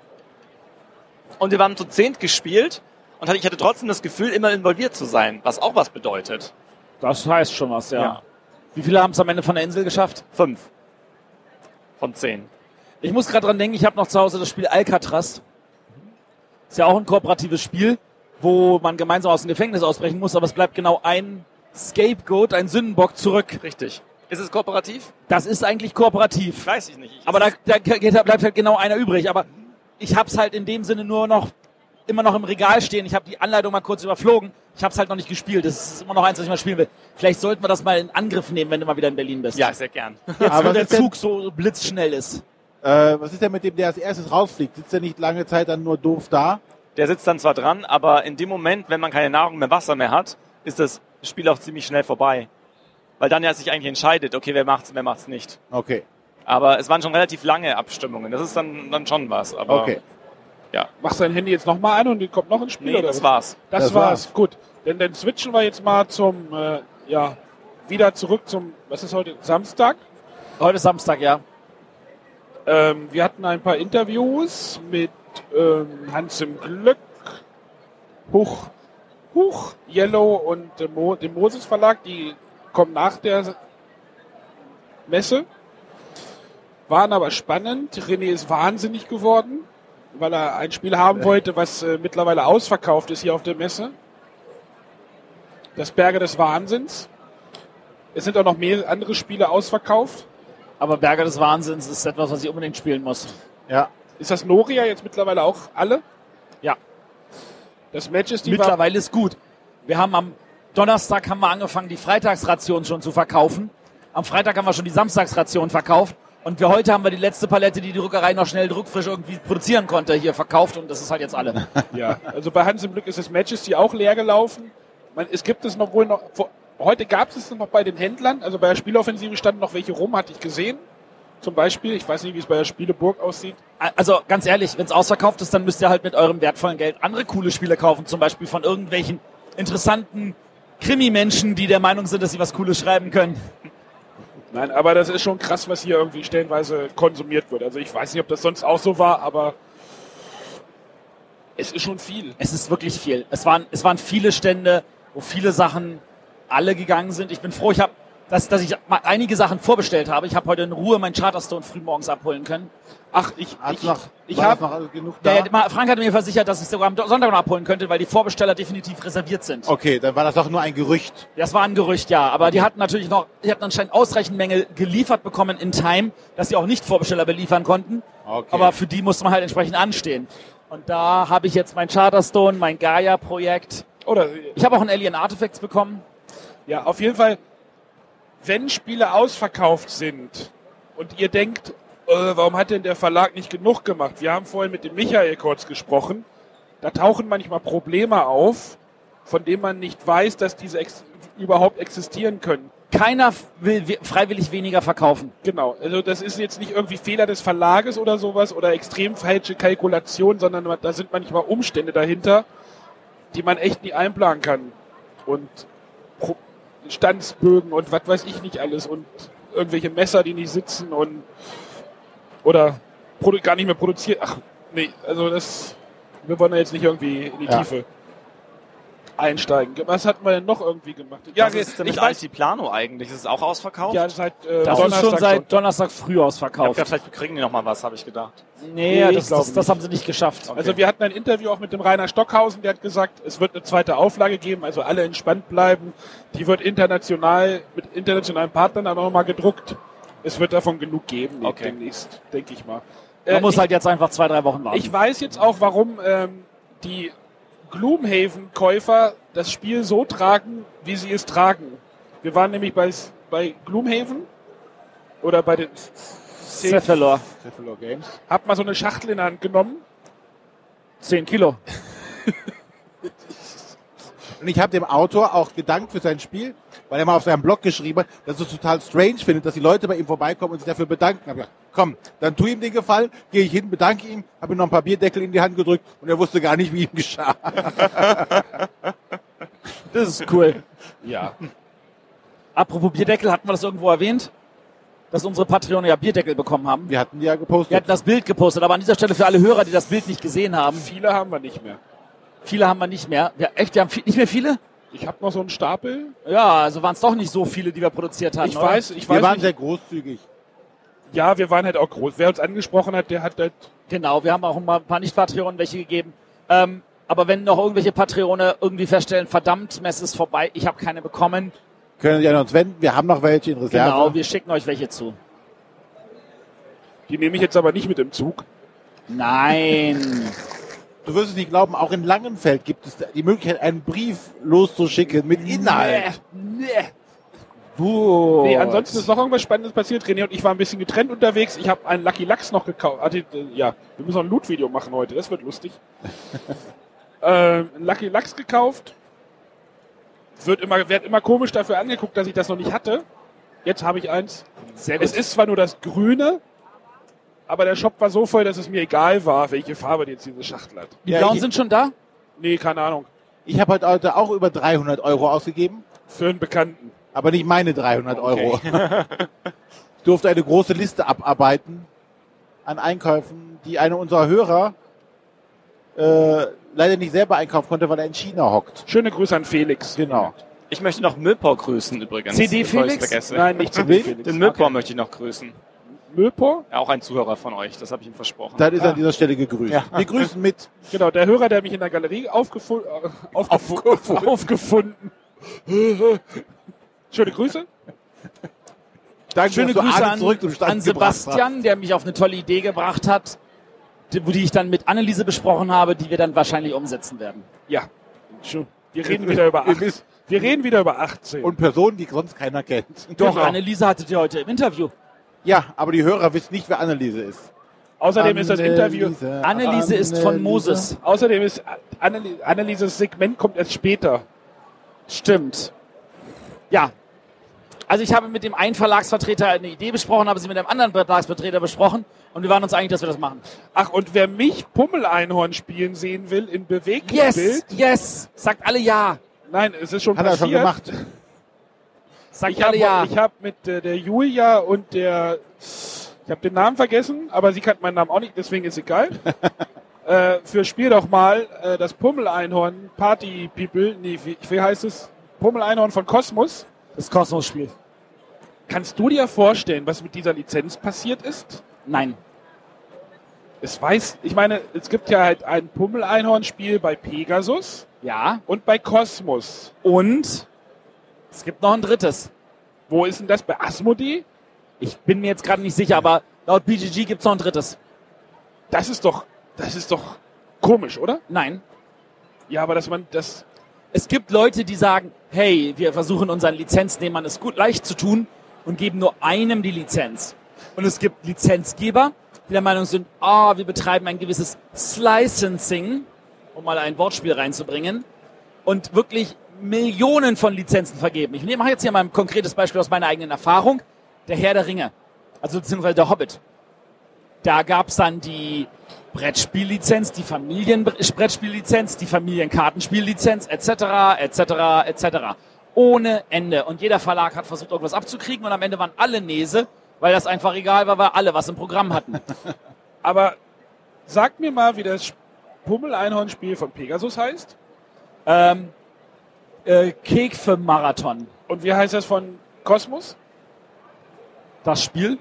Und wir waren zu zehnt gespielt und ich hatte trotzdem das Gefühl, immer involviert zu sein, was auch was bedeutet. Das heißt schon was, ja. Ja. Wie viele haben es am Ende von der Insel geschafft? Fünf von zehn. Ich muss gerade dran denken, ich habe noch zu Hause das Spiel Alcatraz. Ist ja auch ein kooperatives Spiel, wo man gemeinsam aus dem Gefängnis ausbrechen muss, aber es bleibt genau ein Scapegoat, ein Sündenbock zurück. Richtig. Ist es kooperativ? Das ist eigentlich kooperativ. Weiß ich nicht. Ich Aber da, da geht- bleibt halt genau einer übrig. Aber ich hab's halt in dem Sinne nur noch, immer noch im Regal stehen. Ich habe die Anleitung mal kurz überflogen. Ich hab's halt noch nicht gespielt. Das ist immer noch eins, was ich mal spielen will. Vielleicht sollten wir das mal in Angriff nehmen, wenn du mal wieder in Berlin bist. Ja, sehr gern. Jetzt, Aber wo der was ist denn- Zug so blitzschnell ist. Äh, was ist denn mit dem, der als erstes rausfliegt? Sitzt der nicht lange Zeit dann nur doof da? Der sitzt dann zwar dran, aber in dem Moment, wenn man keine Nahrung mehr, Wasser mehr hat, ist das Spiel auch ziemlich schnell vorbei. Weil dann ja sich eigentlich entscheidet, okay, wer macht's, wer macht's nicht. Okay, Aber es waren schon relativ lange Abstimmungen. Das ist dann, dann schon was. Aber okay. Machst dein Handy jetzt nochmal an und kommt noch ein Spiel? nee, oder das was? war's. Das, Das war's. war's. Gut. Denn dann switchen wir jetzt mal zum, äh, ja, wieder zurück zum, was ist heute, Samstag? Heute ist Samstag, ja. Ähm, wir hatten ein paar Interviews mit ähm, Hans im Glück, Huch, Huch, Yellow und dem, Mo dem Moses Verlag. Die kommen nach der Messe. Waren aber spannend. René ist wahnsinnig geworden, weil er ein Spiel haben wollte, was äh, mittlerweile ausverkauft ist hier auf der Messe. Das Berge des Wahnsinns. Es sind auch noch mehrere andere Spiele ausverkauft. Aber Berge des Wahnsinns ist etwas, was ich unbedingt spielen muss. Ja, Ist das Noria jetzt mittlerweile auch alle? Ja. Das Majesty war... Mittlerweile ist gut. Wir haben am Donnerstag haben wir angefangen, die Freitagsration schon zu verkaufen. Am Freitag haben wir schon die Samstagsration verkauft. Und für heute haben wir die letzte Palette, die die Druckerei noch schnell druckfrisch irgendwie produzieren konnte, hier verkauft. Und das ist halt jetzt alle. Ja, also bei Hans im Glück ist das Majesty auch leer gelaufen. Man, es gibt es noch wohl noch... Vor, heute gab es es noch bei den Händlern. Also bei der Spieloffensive standen noch welche rum, hatte ich gesehen. Zum Beispiel, ich weiß nicht, wie es bei der Spieleburg aussieht. Also ganz ehrlich, wenn es ausverkauft ist, dann müsst ihr halt mit eurem wertvollen Geld andere coole Spiele kaufen. Zum Beispiel von irgendwelchen interessanten Krimi-Menschen, die der Meinung sind, dass sie was Cooles schreiben können. Nein, aber das ist schon krass, was hier irgendwie stellenweise konsumiert wird. Also ich weiß nicht, ob das sonst auch so war, aber es ist schon viel. Es ist wirklich viel. Es waren, es waren viele Stände, wo viele Sachen alle gegangen sind. Ich bin froh, ich habe, dass, dass ich mal einige Sachen vorbestellt habe. Ich habe heute in Ruhe meinen Charterstone frühmorgens abholen können. Ach, ich, hat's ich, noch, ich war habe das noch alles genug da? Der, der, Frank hatte mir versichert, dass ich sogar am Sonntag noch abholen könnte, weil die Vorbesteller definitiv reserviert sind. Okay, dann war das doch nur ein Gerücht. Das war ein Gerücht, ja. Aber die hatten natürlich noch, die hatten anscheinend ausreichend Menge geliefert bekommen in Time, dass sie auch nicht Vorbesteller beliefern konnten. Okay. Aber für die musste man halt entsprechend anstehen. Und da habe ich jetzt mein Charterstone, mein Gaia-Projekt. oder Ich habe auch ein Alien Artifacts bekommen. ja, auf jeden Fall, wenn Spiele ausverkauft sind und ihr denkt, äh, warum hat denn der Verlag nicht genug gemacht? Wir haben vorhin mit dem Michael kurz gesprochen. Da tauchen manchmal Probleme auf, von denen man nicht weiß, dass diese ex überhaupt existieren können. Keiner will we- freiwillig weniger verkaufen. Genau, also das ist jetzt nicht irgendwie Fehler des Verlages oder sowas oder extrem falsche Kalkulation, sondern da sind manchmal Umstände dahinter, die man echt nie einplanen kann. Und Pro Standsbögen und was weiß ich nicht alles und irgendwelche Messer, die nicht sitzen und oder produ gar nicht mehr produziert. Ach, nee, also das, wir wollen da jetzt nicht irgendwie in die Ja. Tiefe einsteigen. Was hatten wir denn noch irgendwie gemacht? Ja, Was ist denn ich mit weiß, Altiplano eigentlich? Ist es auch ausverkauft? ja, seit äh, Das Donnerstag ist schon seit schon. Donnerstag früh ich hab ausverkauft. gedacht, vielleicht kriegen die noch mal was, habe ich gedacht. Nee, Nee, ich das, glaube das, das nicht. haben sie nicht geschafft. Also wir hatten ein Interview auch mit dem Rainer Stockhausen, der hat gesagt, es wird eine zweite Auflage geben, also alle entspannt bleiben. Die wird international mit internationalen Partnern dann auch nochmal gedruckt. Es wird davon genug geben Okay. demnächst, denke ich mal. Man Äh, muss ich, halt jetzt einfach zwei, drei Wochen warten. ich weiß jetzt auch, warum ähm, die Gloomhaven-Käufer das Spiel so tragen, wie sie es tragen. Wir waren nämlich bei, bei Gloomhaven oder bei den Cephalor. Cephalor Games. hab mal so eine Schachtel in der Hand genommen. Zehn Kilo. Und ich habe dem Autor auch gedankt für sein Spiel, weil er mal auf seinem Blog geschrieben hat, dass er es total strange findet, dass die Leute bei ihm vorbeikommen und sich dafür bedanken. Ich hab gedacht, komm, dann tu ihm den Gefallen, gehe ich hin, bedanke ihm, habe ihm noch ein paar Bierdeckel in die Hand gedrückt und er wusste gar nicht, wie ihm geschah. Das ist cool. Ja. Apropos Bierdeckel, hatten wir das irgendwo erwähnt? Dass unsere Patreone ja Bierdeckel bekommen haben. Wir hatten die ja gepostet. Wir hatten das Bild gepostet, aber an dieser Stelle für alle Hörer, die das Bild nicht gesehen haben, Viele haben wir nicht mehr. viele haben wir nicht mehr. Ja, echt, wir haben viel, nicht mehr viele? Ich habe noch so einen Stapel. Ja, also waren es doch nicht so viele, die wir produziert hatten. Ich oder? weiß, ich wir weiß waren nicht. sehr großzügig. Ja, wir waren halt auch groß. Wer uns angesprochen hat, der hat halt... Genau, wir haben auch mal ein paar Nicht-Patreonen welche gegeben. Ähm, aber wenn noch irgendwelche Patreone irgendwie feststellen, verdammt, Messe ist vorbei, ich habe keine bekommen. Können Sie an uns wenden, wir haben noch welche in Reserve. Genau, wir schicken euch welche zu. Die nehme ich jetzt aber nicht mit im Zug. Nein. Du wirst es nicht glauben, auch in Langenfeld gibt es die Möglichkeit, einen Brief loszuschicken mit Inhalt. Nee. nee. Gut. Nee, ansonsten ist noch irgendwas Spannendes passiert. René und ich waren ein bisschen getrennt unterwegs. Ich habe einen Lucky Lachs noch gekauft. Also, ja, wir müssen noch ein Loot-Video machen heute. Das wird lustig. ähm, ein Lucky Lachs gekauft. Wird immer, werd immer komisch dafür angeguckt, dass ich das noch nicht hatte. Jetzt habe ich eins. Sehr gut. Es ist zwar nur das Grüne, aber der Shop war so voll, dass es mir egal war, welche Farbe jetzt diese Schachtel hat. Die Ja, Blauen ich- sind schon da? Nee, keine Ahnung. Ich habe heute auch über dreihundert Euro ausgegeben, Für einen Bekannten. aber nicht meine dreihundert Euro. Ich durfte eine große Liste abarbeiten an Einkäufen, die einer unserer Hörer äh, leider nicht selber einkaufen konnte, weil er in China hockt. Schöne Grüße an Felix. Genau. Ich möchte noch Müllpor grüßen übrigens. C D bevor ich's Felix? vergesse. Nein, nicht zu Wen? Felix. Den Müllpor möchte ich noch grüßen. Müllpor? Ja, auch ein Zuhörer von euch, das habe ich ihm versprochen. Dann ist er an dieser Stelle gegrüßt. Wir grüßen mit. Genau, der Hörer, der mich in der Galerie aufgefu äh, aufgefu aufgefunden. aufgefunden. Schöne Grüße. Danke, Schöne dass du Grüße Arne an, zurück zum Stand an gebracht Sebastian, der mich auf eine tolle Idee gebracht hat, die, die ich dann mit Anneliese besprochen habe, die wir dann wahrscheinlich umsetzen werden. Ja, schon. Wir reden wieder über Ihr acht. wisst- Wir reden wieder über achtzehn. Und Personen, die sonst keiner kennt. Doch, Genau. Anneliese hattet ihr heute im Interview. Ja, aber die Hörer wissen nicht, wer Anneliese ist. Außerdem ist das Interview. Anneliese, Anneliese ist von Anneliese. Moses. Außerdem ist Anneli- Annelieses Segment kommt erst später. Stimmt. Ja. Also ich habe mit dem einen Verlagsvertreter eine Idee besprochen, habe sie mit einem anderen Verlagsvertreter besprochen und wir waren uns einig, dass wir das machen. Ach, und wer mich Pummel-Einhorn spielen sehen will in Bewegtbild. Yes, yes. Sagt alle ja. Nein, es ist schon Hat er passiert. schon gemacht. Sagt Ich habe alle ja. ich hab mit äh, der Julia und der, ich habe den Namen vergessen, aber sie kannte meinen Namen auch nicht, deswegen ist egal. äh, für Spiel doch mal äh, das Pummel-Einhorn Party People, nee, wie, wie heißt es? Pummel-Einhorn von Kosmos. Das Kosmos-Spiel. Kannst du dir vorstellen, was mit dieser Lizenz passiert ist? Nein. Es weiß, ich meine, es gibt ja halt ein Pummel-Einhorn-Spiel bei Pegasus Ja. und bei Kosmos. Und es gibt noch ein drittes. Wo ist denn das? Bei Asmodee? Ich bin mir jetzt gerade nicht sicher, aber laut B G G gibt es noch ein drittes. Das ist doch, das ist doch komisch, oder? Nein. Ja, aber dass man das, Es gibt Leute, die sagen, hey, wir versuchen unseren Lizenznehmern es gut leicht zu tun und geben nur einem die Lizenz. Und es gibt Lizenzgeber, die der Meinung sind, ah, wir betreiben ein gewisses Licensing, um mal ein Wortspiel reinzubringen, und wirklich Millionen von Lizenzen vergeben. Ich mache jetzt hier mal ein konkretes Beispiel aus meiner eigenen Erfahrung. Der Herr der Ringe, also beziehungsweise der Hobbit. Da gab es dann die Brettspiellizenz, die Familienbrettspiellizenz, die Familienkartenspiellizenz, et cetera, et cetera, et cetera. Ohne Ende. Und jeder Verlag hat versucht, irgendwas abzukriegen und am Ende waren alle Nese, weil das einfach egal war, weil alle was im Programm hatten. aber sag mir mal, wie das Pummel-Einhorn-Spiel von Pegasus heißt. ähm, äh, Kekfe-Marathon. Und wie heißt das von Kosmos? Das Spiel?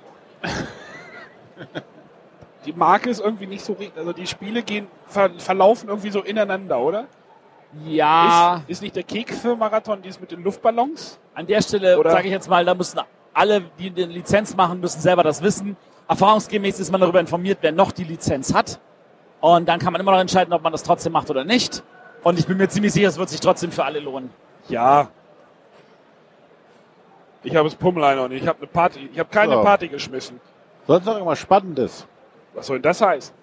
Die Marke ist irgendwie nicht so, ri- also die Spiele gehen, ver, verlaufen irgendwie so ineinander, oder? Ja. Ist, ist nicht der Kekfe-Marathon dies mit den Luftballons? An der Stelle Oder- sage ich jetzt mal, da müssen alle, die eine Lizenz machen, müssen selber das wissen. Erfahrungsgemäß ist man darüber informiert, wer noch die Lizenz hat. Und dann kann man immer noch entscheiden, ob man das trotzdem macht oder nicht. Und ich bin mir ziemlich sicher, es wird sich trotzdem für alle lohnen. Ja. Ich habe das Pummel-Einhorn, ich habe eine Party, ich habe keine So. Party geschmissen. Sonst noch irgendwas Spannendes. Was soll denn das heißen?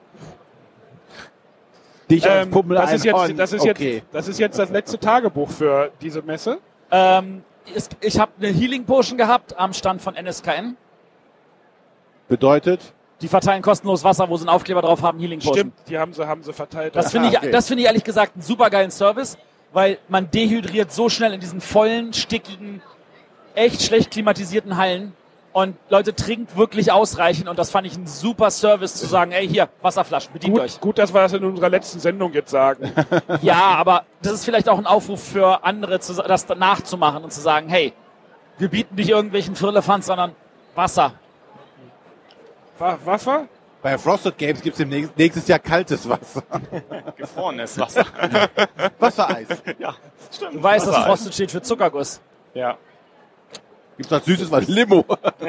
Dich als Ähm, Pummel das, ist einhauen. jetzt, das, ist okay. jetzt, das ist jetzt das letzte Tagebuch für diese Messe. Ähm, ist, ich habe eine Healing Potion gehabt am Stand von N S K N. Bedeutet, Die verteilen kostenlos Wasser, wo sie einen Aufkleber drauf haben, Healing Potion. Stimmt, die haben sie, haben sie verteilt. Das finde Ah, ich, okay. das finde ich ehrlich gesagt einen supergeilen Service, weil man dehydriert so schnell in diesen vollen, stickigen, echt schlecht klimatisierten Hallen und Leute trinkt wirklich ausreichend und das fand ich ein super Service zu sagen, ey hier, Wasserflaschen, bedient euch. Gut, gut, dass wir das in unserer letzten Sendung jetzt sagen. Ja, aber das ist vielleicht auch ein Aufruf für andere, zu, das nachzumachen und zu sagen, hey, wir bieten nicht irgendwelchen Firlefanz, sondern Wasser. Wa- Wasser? Bei Frosted Games gibt es nächstes Jahr kaltes Wasser. Gefrorenes Wasser. Wassereis. Ja, stimmt. Du weißt, dass Wassereis. Frosted steht für Zuckerguss. Ja. Gibt's was Süßes, was Limo.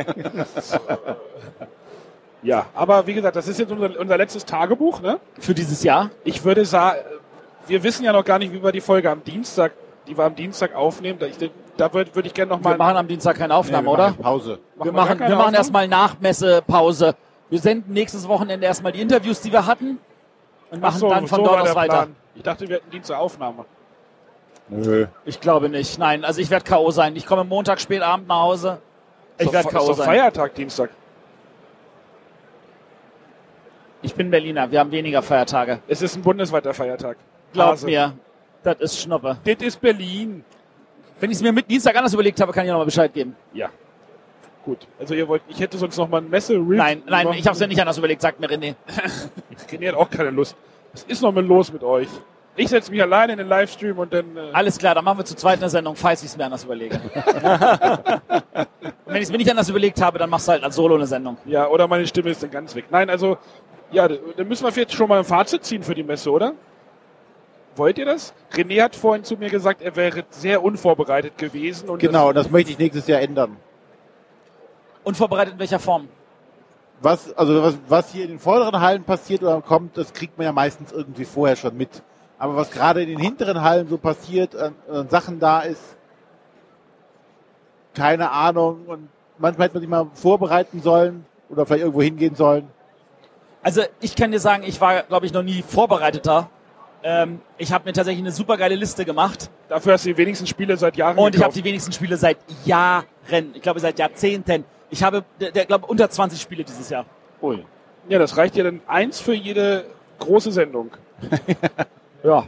Ja, aber wie gesagt, das ist jetzt unser, unser letztes Tagebuch, ne? Für dieses Jahr. Ich würde sagen, wir wissen ja noch gar nicht, wie wir die Folge am Dienstag, die wir am Dienstag aufnehmen. Da, ich, da würde würd ich gerne noch Wir mal... machen am Dienstag keine Aufnahme, wir oder? machen Pause. Wir wir machen, gar keine wir machen Aufnahme? erstmal Nachmessepause. Wir senden nächstes Wochenende erstmal die Interviews, die wir hatten. Und machen Ach so, dann von so dort war aus der weiter. Plan. Ich dachte, wir hätten Dienstag Aufnahme. Nö. Ich glaube nicht. Nein, also ich werde K O sein. Ich komme Montag spät Abend nach Hause. Ich Ist werde doch- K O ist doch sein. Feiertag Dienstag. Ich bin Berliner. Wir haben weniger Feiertage. Es ist ein bundesweiter Feiertag. Glaub Hase. mir, das ist Schnuppe. Das ist Berlin. Wenn ich es mir mit Dienstag anders überlegt habe, kann ich nochmal Bescheid geben. Ja. Gut. Also ihr wollt, ich hätte sonst noch mal ein messe Nein, nein, ich habe es ja nicht anders überlegt, sagt mir René. René hat auch keine Lust. Was ist noch mal los mit euch? Ich setze mich alleine in den Livestream und dann... Äh, Alles klar, dann machen wir zu zweit eine Sendung, falls ich es mir anders überlege. Und wenn ich es mir nicht anders überlegt habe, dann machst du halt als Solo eine Sendung. ja, oder meine Stimme ist dann ganz weg. Nein, also... Ja, dann müssen wir jetzt schon mal ein Fazit ziehen für die Messe, oder? Wollt ihr das? René hat vorhin zu mir gesagt, er wäre sehr unvorbereitet gewesen. Und Genau, das möchte ich nächstes Jahr ändern. Unvorbereitet in welcher Form? Was, also was, was hier in den vorderen Hallen passiert oder kommt, das kriegt man ja meistens irgendwie vorher schon mit. Aber was gerade in den hinteren Hallen so passiert, an, an Sachen da ist, keine Ahnung. Und manchmal hätte man sich mal vorbereiten sollen oder vielleicht irgendwo hingehen sollen. Also ich kann dir sagen, ich war, glaube ich, noch nie vorbereiteter. Ähm, ich habe mir tatsächlich eine super geile Liste gemacht. Dafür hast du die wenigsten Spiele seit Jahren Und ich habe gekauft. die wenigsten Spiele seit Jahren. Ich glaube, seit Jahrzehnten. Ich habe, der, der glaube unter zwanzig Spiele dieses Jahr. Ui. Ja, das reicht ja dann eins für jede große Sendung. Ja.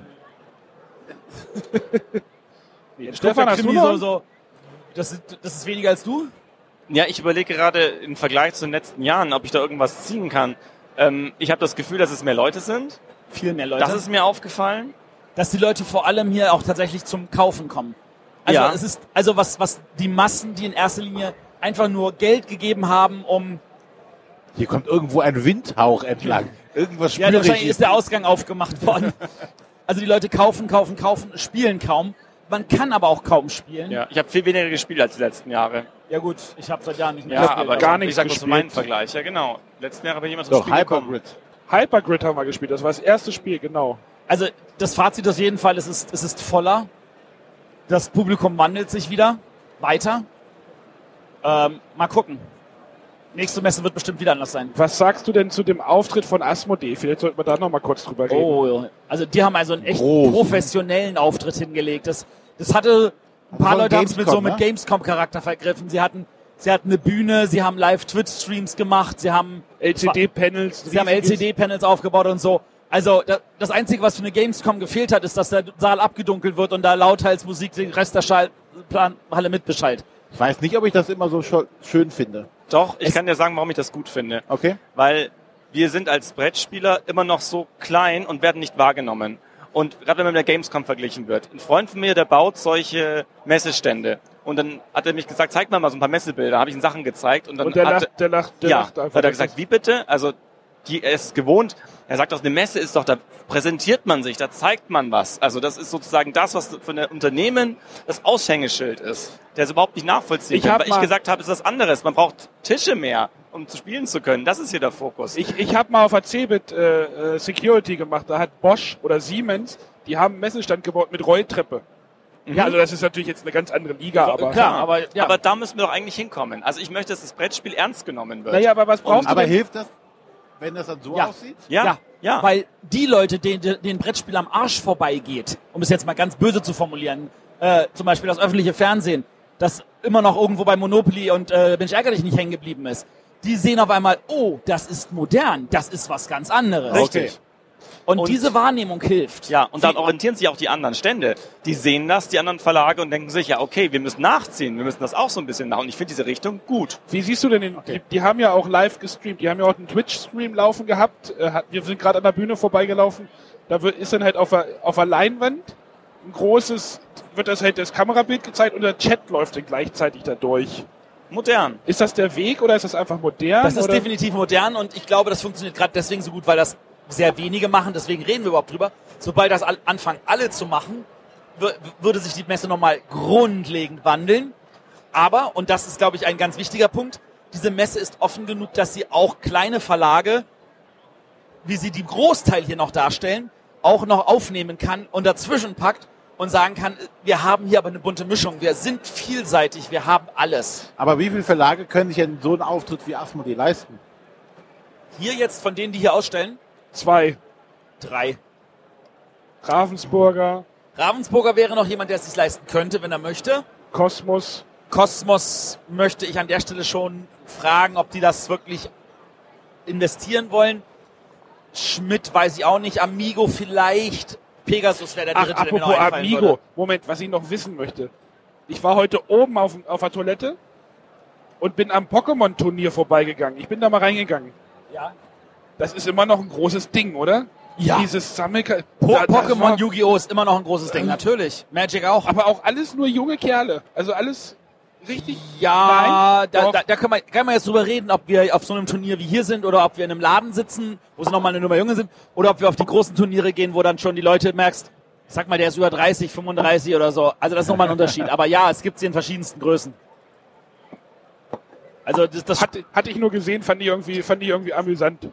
Stefan, hast du noch? so, so, das, ist, das ist weniger als du? Ja, ich überlege gerade im Vergleich zu den letzten Jahren, ob ich da irgendwas ziehen kann. Ähm, ich habe das Gefühl, dass es mehr Leute sind. Viel mehr Leute. Das ist mir aufgefallen. Dass die Leute vor allem hier auch tatsächlich zum Kaufen kommen. Also Ja. es ist, also was, was die Massen, die in erster Linie einfach nur Geld gegeben haben, um, Hier kommt irgendwo ein Windhauch entlang. Irgendwas ja, spüre wahrscheinlich ich. ist der Ausgang aufgemacht worden. Also die Leute kaufen, kaufen, kaufen, spielen kaum. Man kann aber auch kaum spielen. Ja, ich habe viel weniger gespielt als die letzten Jahre. Ja gut, ich habe seit Jahren nicht mehr Ja, gespielt. aber gar ich, nichts ich sag nur zu gespielt. meinem Vergleich. Ja, genau. Letzten Jahre bin ich immer zum Doch, Spiel gekommen. Hypergrid. Hypergrid haben wir gespielt. Das war das erste Spiel, genau. Also das Fazit auf jeden Fall, es ist, es ist voller. Das Publikum wandelt sich wieder weiter. Ähm, mal gucken. Nächste Messe wird bestimmt wieder anders sein. Was sagst du denn zu dem Auftritt von Asmodee? Vielleicht sollten wir da noch mal kurz drüber reden. Oh, also die haben also einen echt Groß. professionellen Auftritt hingelegt. Das, das hatte, ein paar von Leute haben es mit Gamescom, so mit ne? Gamescom-Charakter vergriffen. Sie hatten, sie hatten eine Bühne, sie haben Live-Twitch-Streams gemacht, sie haben, L C D-Panels. sie haben L C D-Panels aufgebaut und so. Also da, das Einzige, was für eine Gamescom gefehlt hat, ist, dass der Saal abgedunkelt wird und da lauthals Musik den Rest der Schall Plan Halle mitbeschallt. Ich weiß nicht, ob ich das immer so scho- schön finde. Doch, ich Es- kann dir sagen, warum ich das gut finde. Okay? Weil wir sind als Brettspieler immer noch so klein und werden nicht wahrgenommen. Und gerade wenn man mit der Gamescom verglichen wird. Ein Freund von mir, der baut solche Messestände. Und dann hat er mich gesagt, zeig mir mal so ein paar Messebilder. Habe ich ihm Sachen gezeigt. Und dann Und der hat lacht, der lacht, der ja, lacht einfach. hat er gesagt, wie bitte? Also die, er ist es gewohnt. Er sagt, auch eine Messe ist doch, da präsentiert man sich, da zeigt man was. Also das ist sozusagen das, was für ein Unternehmen das Aushängeschild ist. Der ist überhaupt nicht nachvollziehen Ich kann. hab Weil ich mal- gesagt habe, ist was anderes. Man braucht Tische mehr, um zu spielen zu können. Das ist hier der Fokus. Ich, ich habe mal auf der Cebit äh, äh, Security gemacht. Da hat Bosch oder Siemens, die haben einen Messestand gebaut mit Rolltreppe. Ja, also das ist natürlich jetzt eine ganz andere Liga, aber... Klar, aber ja. Aber da müssen wir doch eigentlich hinkommen. Also ich möchte, dass das Brettspiel ernst genommen wird. Naja, aber was brauchst Aber du denn? hilft das, wenn das dann so Ja. aussieht? ja, ja. Ja, weil die Leute, denen den Brettspiel am Arsch vorbeigeht, um es jetzt mal ganz böse zu formulieren, äh, zum Beispiel das öffentliche Fernsehen, das immer noch irgendwo bei Monopoly und äh, Mensch ärgerlich nicht hängen geblieben ist, die sehen auf einmal, oh, das ist modern, das ist was ganz anderes. Richtig. Und, Und- diese Wahrnehmung hilft. Ja, und dann orientieren sich auch die anderen Stände. Die sehen das, die anderen Verlage, und denken sich, ja, okay, wir müssen nachziehen, wir müssen das auch so ein bisschen nach. Und ich finde diese Richtung gut. Wie siehst du denn den, die, die haben ja auch live gestreamt, die haben ja auch einen Twitch-Stream laufen gehabt, äh, hat- wir sind gerade an der Bühne vorbeigelaufen, da wird, ist dann halt auf der, auf der Leinwand ein großes, wird das halt das Kamerabild gezeigt und der Chat läuft dann gleichzeitig da durch. Modern. Ist das der Weg oder ist das einfach modern? Das ist oder? definitiv modern und ich glaube, das funktioniert gerade deswegen so gut, weil das sehr wenige machen, deswegen reden wir überhaupt drüber. Sobald das all, anfangen, alle zu machen, w- würde sich die Messe nochmal grundlegend wandeln. Aber, und das ist, glaube ich, ein ganz wichtiger Punkt, diese Messe ist offen genug, dass sie auch kleine Verlage, wie sie die Großteil hier noch darstellen, auch noch aufnehmen kann und dazwischen packt und sagen kann, wir haben hier aber eine bunte Mischung, wir sind vielseitig, wir haben alles. Aber wie viele Verlage können sich denn so einen Auftritt wie Asmodee leisten? Hier jetzt von denen, die hier ausstellen, Zwei. drei. Ravensburger, Ravensburger wäre noch jemand, der es sich leisten könnte, wenn er möchte. Kosmos. Kosmos möchte ich an der Stelle schon fragen, ob die das wirklich investieren wollen. Schmidt weiß ich auch nicht. Amigo vielleicht. Pegasus wäre der Ach, dritte, der mir noch apropos einfallen Amigo. würde. Moment, was ich noch wissen möchte. Ich war heute oben auf, auf der Toilette und bin am Pokémon-Turnier vorbeigegangen. Ich bin da mal reingegangen. Ja. Das ist immer noch ein großes Ding, oder? Ja. Dieses Sammelka... Po Da- das Pokémon war- Yu-Gi-Oh! Ist immer noch ein großes Ding, natürlich. Magic auch. Aber auch alles nur junge Kerle. Also alles richtig... Ja, Nein, da, doch. da, da können wir, können wir jetzt drüber reden, ob wir auf so einem Turnier wie hier sind oder ob wir in einem Laden sitzen, wo sie nochmal eine Nummer jünger sind, oder ob wir auf die großen Turniere gehen, wo dann schon die Leute merkst, sag mal, der ist über dreißig, fünfunddreißig oder so. Also das ist nochmal ein Unterschied. Aber ja, es gibt sie in verschiedensten Größen. Also das, das Hatte, hatte ich nur gesehen, fand ich irgendwie, fand ich irgendwie amüsant.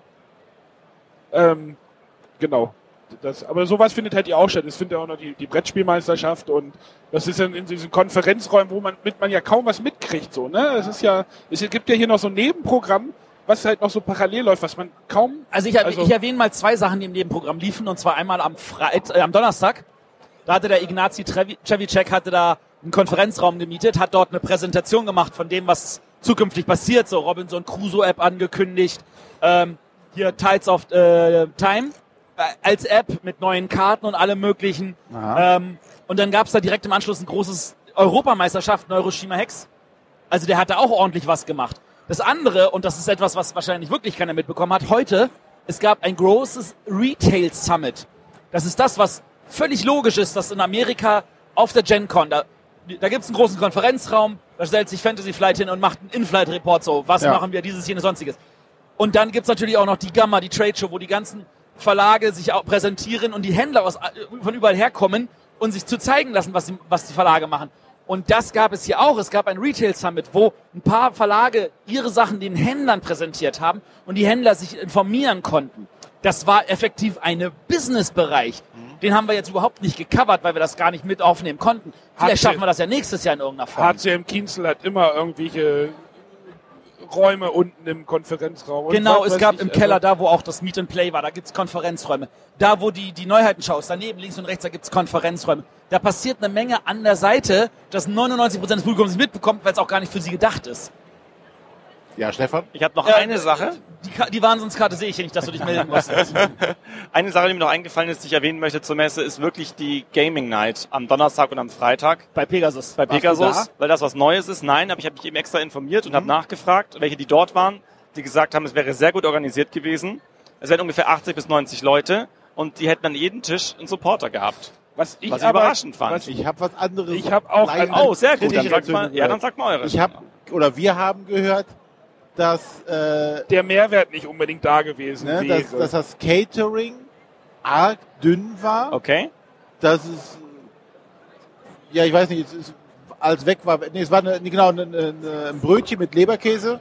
Ähm, genau. Das, aber sowas findet halt ja auch statt. Es findet ja auch noch die, die Brettspielmeisterschaft und das ist dann in diesen Konferenzräumen, wo man mit man ja kaum was mitkriegt. So, ne? Es ist ja, es gibt ja hier noch so ein Nebenprogramm, was halt noch so parallel läuft, was man kaum. Also ich, also ich erwähne mal zwei Sachen, die im Nebenprogramm liefen, und zwar einmal am Freit äh, am Donnerstag. Da hatte der Ignacy Trzewiczek hatte da einen Konferenzraum gemietet, hat dort eine Präsentation gemacht von dem, was zukünftig passiert. So Robinson Crusoe App angekündigt, ähm, hier Tides of äh, Time äh, als App mit neuen Karten und allem möglichen. Ähm, und dann gab es da direkt im Anschluss ein großes Europameisterschaft Neuroshima Hex. Also der hat da auch ordentlich was gemacht. Das andere, und das ist etwas, was wahrscheinlich wirklich keiner mitbekommen hat, heute, es gab ein großes Retail Summit. Das ist das, was völlig logisch ist, dass in Amerika auf der Gen Con, da, da gibt es einen großen Konferenzraum, da stellt sich Fantasy Flight hin und macht einen In-Flight-Report, so, was Ja. machen wir, dieses, jenes, sonstiges. Und dann gibt's natürlich auch noch die Gamma, die Trade Show, wo die ganzen Verlage sich auch präsentieren und die Händler aus, von überall herkommen und sich zu zeigen lassen, was die, was die Verlage machen. Und das gab es hier auch. Es gab ein Retail Summit, wo ein paar Verlage ihre Sachen den Händlern präsentiert haben und die Händler sich informieren konnten. Das war effektiv ein Business-Bereich. Den haben wir jetzt überhaupt nicht gecovert, weil wir das gar nicht mit aufnehmen konnten. Vielleicht Hat sie- schaffen wir das ja nächstes Jahr in irgendeiner Form. H C M Kienzel hat immer irgendwelche Räume unten im Konferenzraum. Und Genau, was es weiß gab ich, im also- Keller, da wo auch das Meet and Play war, da gibt's Konferenzräume. Da wo die, die Neuheiten-Shows, daneben links und rechts, da gibt's Konferenzräume. Da passiert eine Menge an der Seite, dass neunundneunzig Prozent des Publikums nicht mitbekommt, weil es auch gar nicht für sie gedacht ist. Ja, Stefan? Ich habe noch Äh, eine Sache. Die, Ka- die Wahnsinnskarte sehe ich hier nicht, dass du dich melden musst. Eine Sache, die mir noch eingefallen ist, die ich erwähnen möchte zur Messe, ist wirklich die Gaming Night am Donnerstag und am Freitag Bei Pegasus. bei Warst du Pegasus, da? weil das was Neues ist. Nein, aber ich habe mich eben extra informiert und habe nachgefragt, welche die dort waren, die gesagt haben, es wäre sehr gut organisiert gewesen. Es wären ungefähr achtzig bis neunzig Leute und die hätten an jedem Tisch einen Supporter gehabt. Was ich, Was ich aber, überraschend fand. Was Ich habe was anderes. Ich hab auch Leider ein- Oh, sehr gut. Dann kritische sagt mal, Reaktionen ja, dann gehört. sagt mal eure. Ich habe oder wir haben gehört, dass, äh, der Mehrwert nicht unbedingt da gewesen ne, wäre. dass, dass das Catering arg dünn war. Okay. Dass es, ja, ich weiß nicht, es ist, als weg war, nee, es war eine, nee, genau, eine, eine, ein Brötchen mit Leberkäse.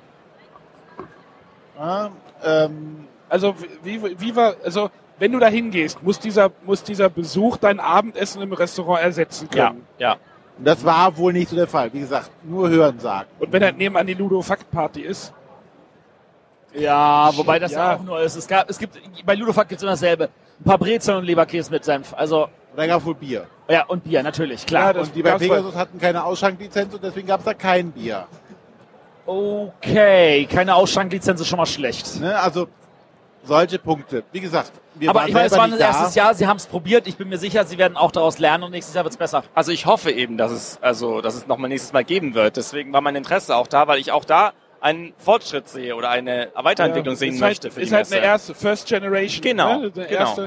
Ja, ähm, Also wie, wie war, also wenn du da hingehst, muss dieser, muss dieser Besuch dein Abendessen im Restaurant ersetzen Ja, können. ja. das war wohl nicht so der Fall. Wie gesagt, nur hören sagen. Und wenn halt nebenan die Ludo-Fakt-Party ist, Ja, wobei das ja Ja. auch nur ist. Es gab, es gibt, bei Ludofact gibt's immer dasselbe. Ein paar Brezeln und Leberkäse mit Senf. Also, Und da gab es wohl Bier. ja, und Bier, natürlich, klar. Ja, das- Und die bei gab's Pegasus hatten keine Ausschanklizenz und deswegen gab es da kein Bier. Okay, keine Ausschanklizenz ist schon mal schlecht. Ne? Also solche Punkte. Wie gesagt, wir Aber waren ich meine, es selber war ein nicht da. erstes Jahr, sie haben es probiert. Ich bin mir sicher, sie werden auch daraus lernen und nächstes Jahr wird's besser. Also ich hoffe eben, dass es, also, dass es nochmal nächstes Mal geben wird. Deswegen war mein Interesse auch da, weil ich auch da einen Fortschritt sehe oder eine Weiterentwicklung ja, sehen ist möchte halt, für die ist halt Messe. eine erste First Generation. Genau, ne? Der genau. erste,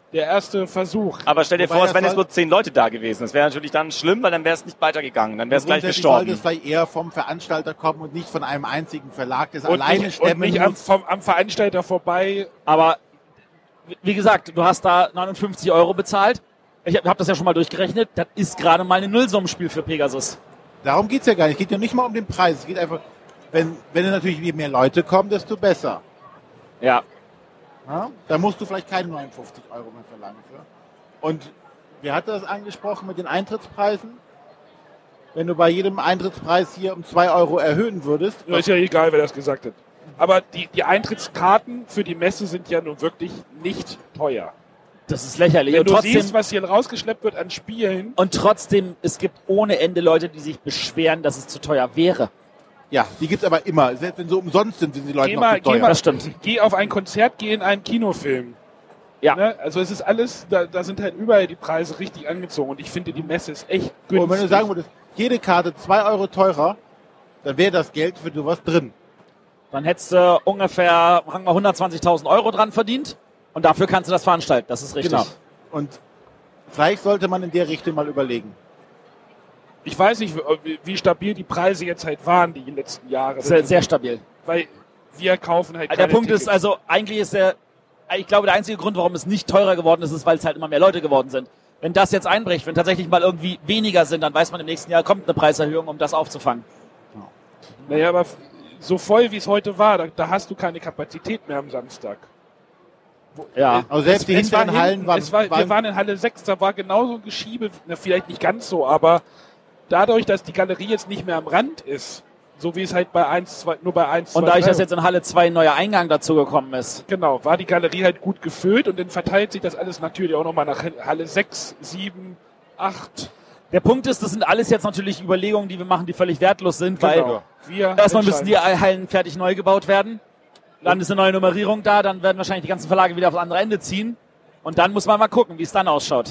der erste Versuch. Aber stell dir Wobei vor, es das wären jetzt soll- nur zehn Leute da gewesen. Das wäre natürlich dann schlimm, weil dann wäre es nicht weitergegangen. Dann wäre es gleich Grundsätzlich sollte gestorben. es vielleicht eher vom Veranstalter kommen und nicht von einem einzigen Verlag, der es Und alleine nicht, und stemmen nicht am, muss. vom, am Veranstalter vorbei. Aber wie gesagt, du hast da neunundfünfzig Euro bezahlt. Ich habe hab das ja schon mal durchgerechnet. Das ist gerade mal ein Nullsummenspiel für Pegasus. Darum geht's ja gar nicht. Es geht ja nicht mal um den Preis. Es geht einfach, wenn, wenn natürlich je mehr Leute kommen, desto besser. Ja. Ja? Da musst du vielleicht keine neunundfünfzig Euro mehr verlangen für. Und wer hat das angesprochen mit den Eintrittspreisen? Wenn du bei jedem Eintrittspreis hier um zwei Euro erhöhen würdest, Ja, ist ja egal, wer das gesagt hat. Aber die, die Eintrittskarten für die Messe sind ja nun wirklich nicht teuer. Das ist lächerlich. Wenn Und du trotzdem, siehst, was hier rausgeschleppt wird an Spielen, und trotzdem, es gibt ohne Ende Leute, die sich beschweren, dass es zu teuer wäre. ja, die gibt's aber immer. Selbst wenn sie umsonst sind, sind die Leute geh noch mal, zu geh teuer. mal, Das stimmt. geh auf ein Konzert, geh in einen Kinofilm. Ja. Ne? Also es ist alles, da, da sind halt überall die Preise richtig angezogen und ich finde, die Messe ist echt günstig. Und wenn du sagen würdest, jede Karte zwei Euro teurer, dann wäre das Geld für sowas drin. Dann hättest du ungefähr sagen wir, hundertzwanzigtausend Euro dran verdient. Und dafür kannst du das veranstalten. Das ist richtig. Genau. Und vielleicht sollte man in der Richtung mal überlegen. Ich weiß nicht, wie, wie stabil die Preise jetzt halt waren die letzten Jahre. Sehr, sehr stabil. Weil wir kaufen halt Der keine Punkt Tickets. ist also, eigentlich ist der, ich glaube, der einzige Grund, warum es nicht teurer geworden ist, ist, weil es halt immer mehr Leute geworden sind. Wenn das jetzt einbricht, wenn tatsächlich mal irgendwie weniger sind, dann weiß man, im nächsten Jahr kommt eine Preiserhöhung, um das aufzufangen. Naja, aber so voll wie es heute war, da, da hast du keine Kapazität mehr am Samstag. Ja. Also selbst die Es war hinteren Hallen hinten, waren, es war, wir waren waren in Halle sechs, da war genauso ein Geschiebe, na, vielleicht nicht ganz so, aber dadurch, dass die Galerie jetzt nicht mehr am Rand ist, so wie es halt bei eins, zwei, nur bei eins, Und zwei, dadurch, drei dass jetzt in Halle zwei ein neuer Eingang dazugekommen ist. genau, war die Galerie halt gut gefüllt und dann verteilt sich das alles natürlich auch nochmal nach Halle sechs, sieben, acht. Der Punkt ist, das sind alles jetzt natürlich Überlegungen, die wir machen, die völlig wertlos sind, weil Genau. Wir erstmal müssen die entscheiden. Hallen fertig neu gebaut werden. Dann ist eine neue Nummerierung da, dann werden wahrscheinlich die ganzen Verlage wieder aufs andere Ende ziehen. Und dann muss man mal gucken, wie es dann ausschaut.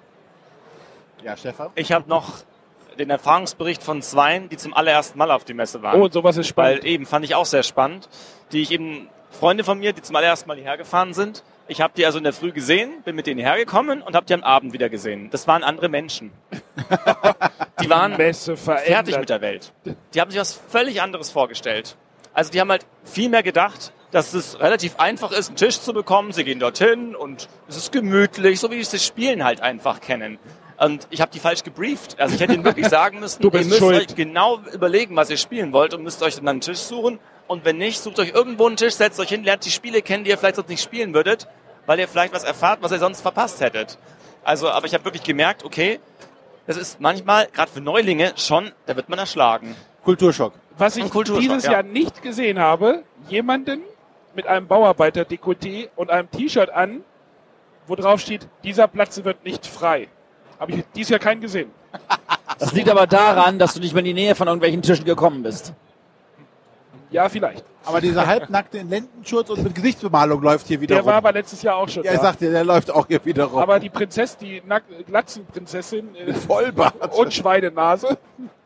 ja, Stefan. Ich habe noch den Erfahrungsbericht von Zweien, die zum allerersten Mal auf die Messe waren. Oh, sowas ist spannend. Weil eben, fand ich auch sehr spannend, die ich eben, Freunde von mir, die zum allerersten Mal hierher gefahren sind. Ich habe die also in der Früh gesehen, bin mit denen hergekommen und habe die am Abend wieder gesehen. Das waren andere Menschen. Die waren Messe verändert. fertig mit der Welt. Die haben sich was völlig anderes vorgestellt. Also die haben halt viel mehr gedacht, dass es relativ einfach ist, einen Tisch zu bekommen. Sie gehen dorthin und es ist gemütlich, so wie sie das Spielen halt einfach kennen. Und ich habe die falsch gebrieft. Also ich hätte ihnen wirklich sagen müssen, Du bist ihr müsst schuld. euch genau überlegen, was ihr spielen wollt und müsst euch dann einen Tisch suchen. Und wenn nicht, sucht euch irgendwo einen Tisch, setzt euch hin, lernt die Spiele kennen, die ihr vielleicht sonst nicht spielen würdet, weil ihr vielleicht was erfahrt, was ihr sonst verpasst hättet. Also, aber ich habe wirklich gemerkt, okay, das ist manchmal, gerade für Neulinge, schon, da wird man erschlagen. Kulturschock. Was ich Ein Kulturschock, dieses ja. Jahr nicht gesehen habe, jemanden mit einem Bauarbeiter-Dekolleté und einem T-Shirt an, wo drauf steht, dieser Platz wird nicht frei. Habe ich dieses Jahr keinen gesehen. Das liegt aber daran, dass du nicht mehr in die Nähe von irgendwelchen Tischen gekommen bist. Ja, vielleicht. Aber dieser halbnackte in Lendenschurz und mit Gesichtsbemalung läuft hier wieder Der rum. war aber letztes Jahr auch schon ja, ich da. sagte, der läuft auch hier wieder rum. Aber die Prinzessin, die Nack- Glatzenprinzessin äh, Vollbart. und Schweinenase.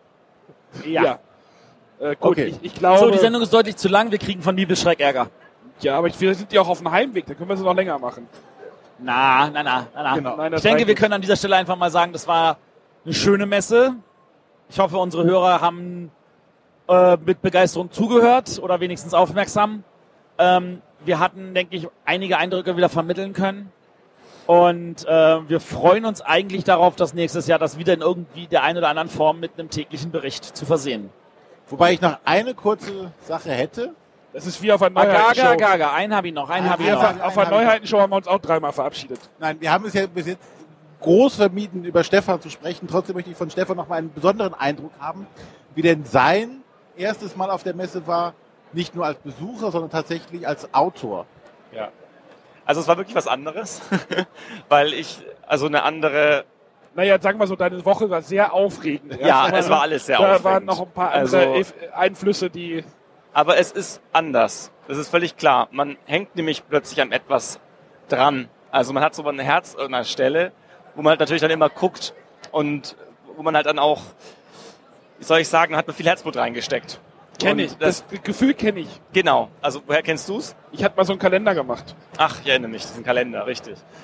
Ja. Äh, gut, Okay. ich, ich glaube... So, die Sendung ist deutlich zu lang, wir kriegen von Bibelschreck Ärger. Ja, aber ich, wir sind ja auch auf dem Heimweg, da können wir sie noch länger machen. Na, na, na, na, na. Genau. Nein, das Ich denke, reicht wir nicht. können an dieser Stelle einfach mal sagen, das war eine schöne Messe. Ich hoffe, unsere Hörer haben äh, mit Begeisterung zugehört oder wenigstens aufmerksam. Ähm, wir hatten, denke ich, einige Eindrücke wieder vermitteln können. Und äh, wir freuen uns eigentlich darauf, dass nächstes Jahr das wieder in irgendwie der einen oder anderen Form mit einem täglichen Bericht zu versehen. Wobei ich noch eine kurze Sache hätte. Das ist wie auf einer Ah, Gaga, Neuheitenshow. Gaga, einen habe ich noch, einen Ah, habe ich einfach- noch. Auf einer Einen hab ich- Neuheitenshow haben wir uns auch dreimal verabschiedet. Nein, wir haben es ja bis jetzt groß vermieden, über Stefan zu sprechen. Trotzdem möchte ich von Stefan noch mal einen besonderen Eindruck haben, wie denn sein erstes Mal auf der Messe war, nicht nur als Besucher, sondern tatsächlich als Autor. Ja. Also es war wirklich was anderes, weil ich, also eine andere, Naja, sagen wir so, deine Woche war sehr aufregend. ja, Erst es war alles sehr Da aufregend. waren noch ein paar andere Also, Einflüsse, die... aber es ist anders. Das ist völlig klar. Man hängt nämlich plötzlich an etwas dran. Also man hat so ein Herz an einer Stelle, wo man halt natürlich dann immer guckt und wo man halt dann auch, wie soll ich sagen, hat man viel Herzblut reingesteckt. Kenne Und ich. Das, Das Gefühl kenne ich. genau. Also woher kennst du's? Ich hatte mal so einen Kalender gemacht. Ach, ich erinnere mich, diesen Kalender, richtig.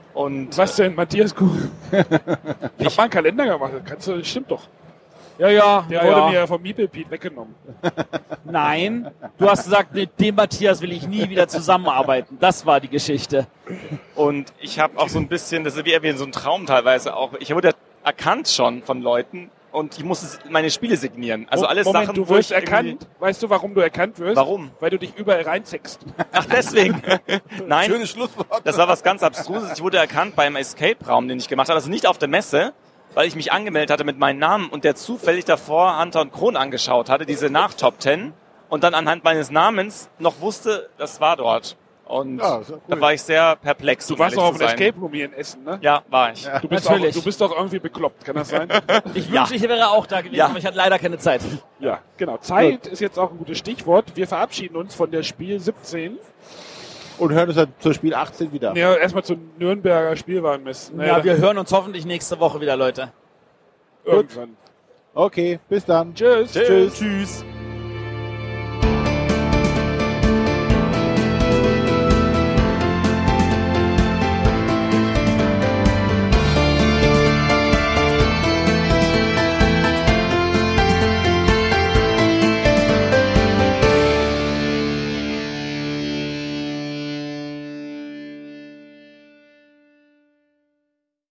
Und Was denn, Matthias Kuhn? Ich hab mal einen Kalender gemacht, das kannst du, das stimmt doch. Ja, ja, Der ja, wurde ja. mir vom Meeple Pete weggenommen. Nein, du hast gesagt, mit dem Matthias will ich nie wieder zusammenarbeiten. Das war die Geschichte. Und ich habe auch so ein bisschen, das ist wie, wie so ein Traum teilweise auch, ich wurde erkannt schon von Leuten und ich musste meine Spiele signieren. Also alles Moment, Sachen, du wo wirst ich irgendwie- erkannt. Weißt du, warum du erkannt wirst? Warum? Weil du dich überall reinzeckst. Ach, deswegen. Nein, Schönes Schlusswort. das war was ganz Abstruses. Ich wurde erkannt beim Escape-Raum, den ich gemacht habe. Also nicht auf der Messe, weil ich mich angemeldet hatte mit meinem Namen und der zufällig davor Hunter und Kron angeschaut hatte, diese Nach-Top Ten, und dann anhand meines Namens noch wusste, das war dort. Und Ja, ist ja cool. da war ich sehr perplex. Du um warst doch ehrlich auf zu dem sein. Escape Room hier in Essen, ne? Ja, war ich. Du bist, auch, Natürlich. du bist doch irgendwie bekloppt, kann das sein? Ich wünschte, ich wäre auch da gewesen, Ja. aber ich hatte leider keine Zeit. Ja, genau. Zeit ist jetzt auch ein gutes Stichwort. Wir verabschieden uns von der Spiel siebzehn. Und hören uns dann zur Spiel achtzehn wieder. Ja, erstmal zur Nürnberger Spielwarenmesse. Naja, Ja, wir hören uns hoffentlich nächste Woche wieder, Leute. irgendwann. Okay, bis dann. Tschüss. Tschüss. Tschüss.